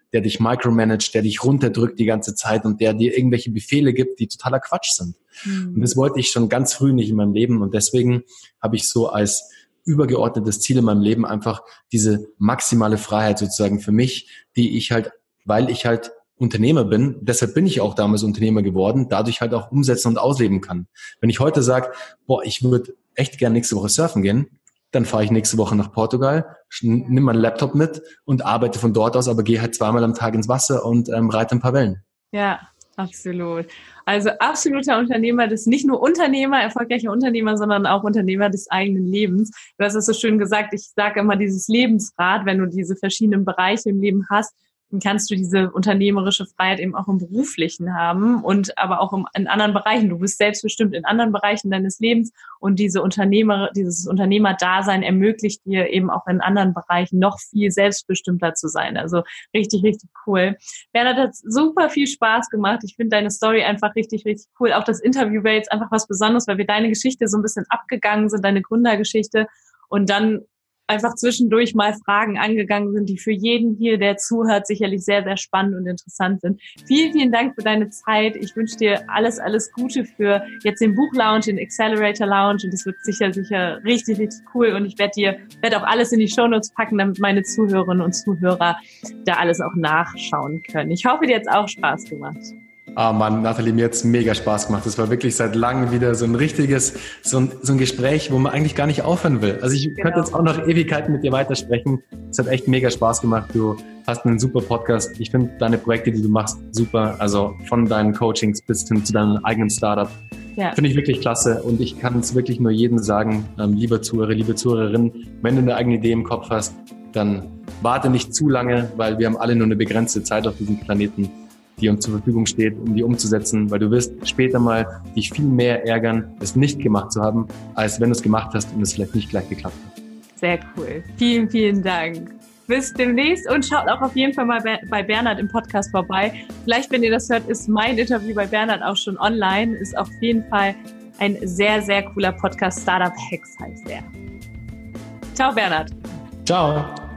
der dich micromanagt, der dich runterdrückt die ganze Zeit und der dir irgendwelche Befehle gibt, die totaler Quatsch sind. Mhm. Und das wollte ich schon ganz früh nicht in meinem Leben und deswegen habe ich so als übergeordnetes Ziel in meinem Leben einfach diese maximale Freiheit sozusagen für mich, die ich halt, weil ich halt Unternehmer bin, deshalb bin ich auch damals Unternehmer geworden, dadurch halt auch umsetzen und ausleben kann. Wenn ich heute sage, boah, ich würde echt gern nächste Woche surfen gehen, dann fahre ich nächste Woche nach Portugal, nimm meinen Laptop mit und arbeite von dort aus, aber gehe halt zweimal am Tag ins Wasser und ähm, reite ein paar Wellen. Ja, absolut. Also absoluter Unternehmer, das ist nicht nur Unternehmer, erfolgreicher Unternehmer, sondern auch Unternehmer des eigenen Lebens. Du hast es so schön gesagt, ich sage immer dieses Lebensrad, wenn du diese verschiedenen Bereiche im Leben hast, dann kannst du diese unternehmerische Freiheit eben auch im Beruflichen haben und aber auch in anderen Bereichen. Du bist selbstbestimmt in anderen Bereichen deines Lebens und diese Unternehmer, dieses Unternehmerdasein ermöglicht dir eben auch in anderen Bereichen noch viel selbstbestimmter zu sein. Also richtig, richtig cool. Bernhard, hat super viel Spaß gemacht. Ich finde deine Story einfach richtig, richtig cool. Auch das Interview wäre jetzt einfach was Besonderes, weil wir deine Geschichte so ein bisschen abgegangen sind, deine Gründergeschichte und dann einfach zwischendurch mal Fragen angegangen sind, die für jeden hier, der zuhört, sicherlich sehr, sehr spannend und interessant sind. Vielen, vielen Dank für deine Zeit. Ich wünsche dir alles, alles Gute für jetzt den Buch-Lounge, den Accelerator-Lounge und das wird sicher, sicher richtig, richtig cool und ich werde dir, werde auch alles in die Shownotes packen, damit meine Zuhörerinnen und Zuhörer da alles auch nachschauen können. Ich hoffe, dir hat es auch Spaß gemacht. Ah Mann, Nathalie, mir hat's mega Spaß gemacht. Das war wirklich seit langem wieder so ein richtiges, so ein, so ein Gespräch, wo man eigentlich gar nicht aufhören will. Also ich genau. könnte jetzt auch noch Ewigkeiten mit dir weitersprechen. Es hat echt mega Spaß gemacht. Du hast einen super Podcast. Ich finde deine Projekte, die du machst, super. Also von deinen Coachings bis hin zu deinem eigenen Startup. Ja. Finde ich wirklich klasse. Und ich kann es wirklich nur jedem sagen, ähm, lieber Zuhörer, liebe Zuhörerin, wenn du eine eigene Idee im Kopf hast, dann warte nicht zu lange, weil wir haben alle nur eine begrenzte Zeit auf diesem Planeten, die uns zur Verfügung steht, um die umzusetzen, weil du wirst später mal dich viel mehr ärgern, es nicht gemacht zu haben, als wenn du es gemacht hast und es vielleicht nicht gleich geklappt hat. Sehr cool. Vielen, vielen Dank. Bis demnächst und schaut auch auf jeden Fall mal bei Bernhard im Podcast vorbei. Vielleicht, wenn ihr das hört, ist mein Interview bei Bernhard auch schon online. Ist auf jeden Fall ein sehr, sehr cooler Podcast. Startup Hacks heißt der. Ciao, Bernhard. Ciao.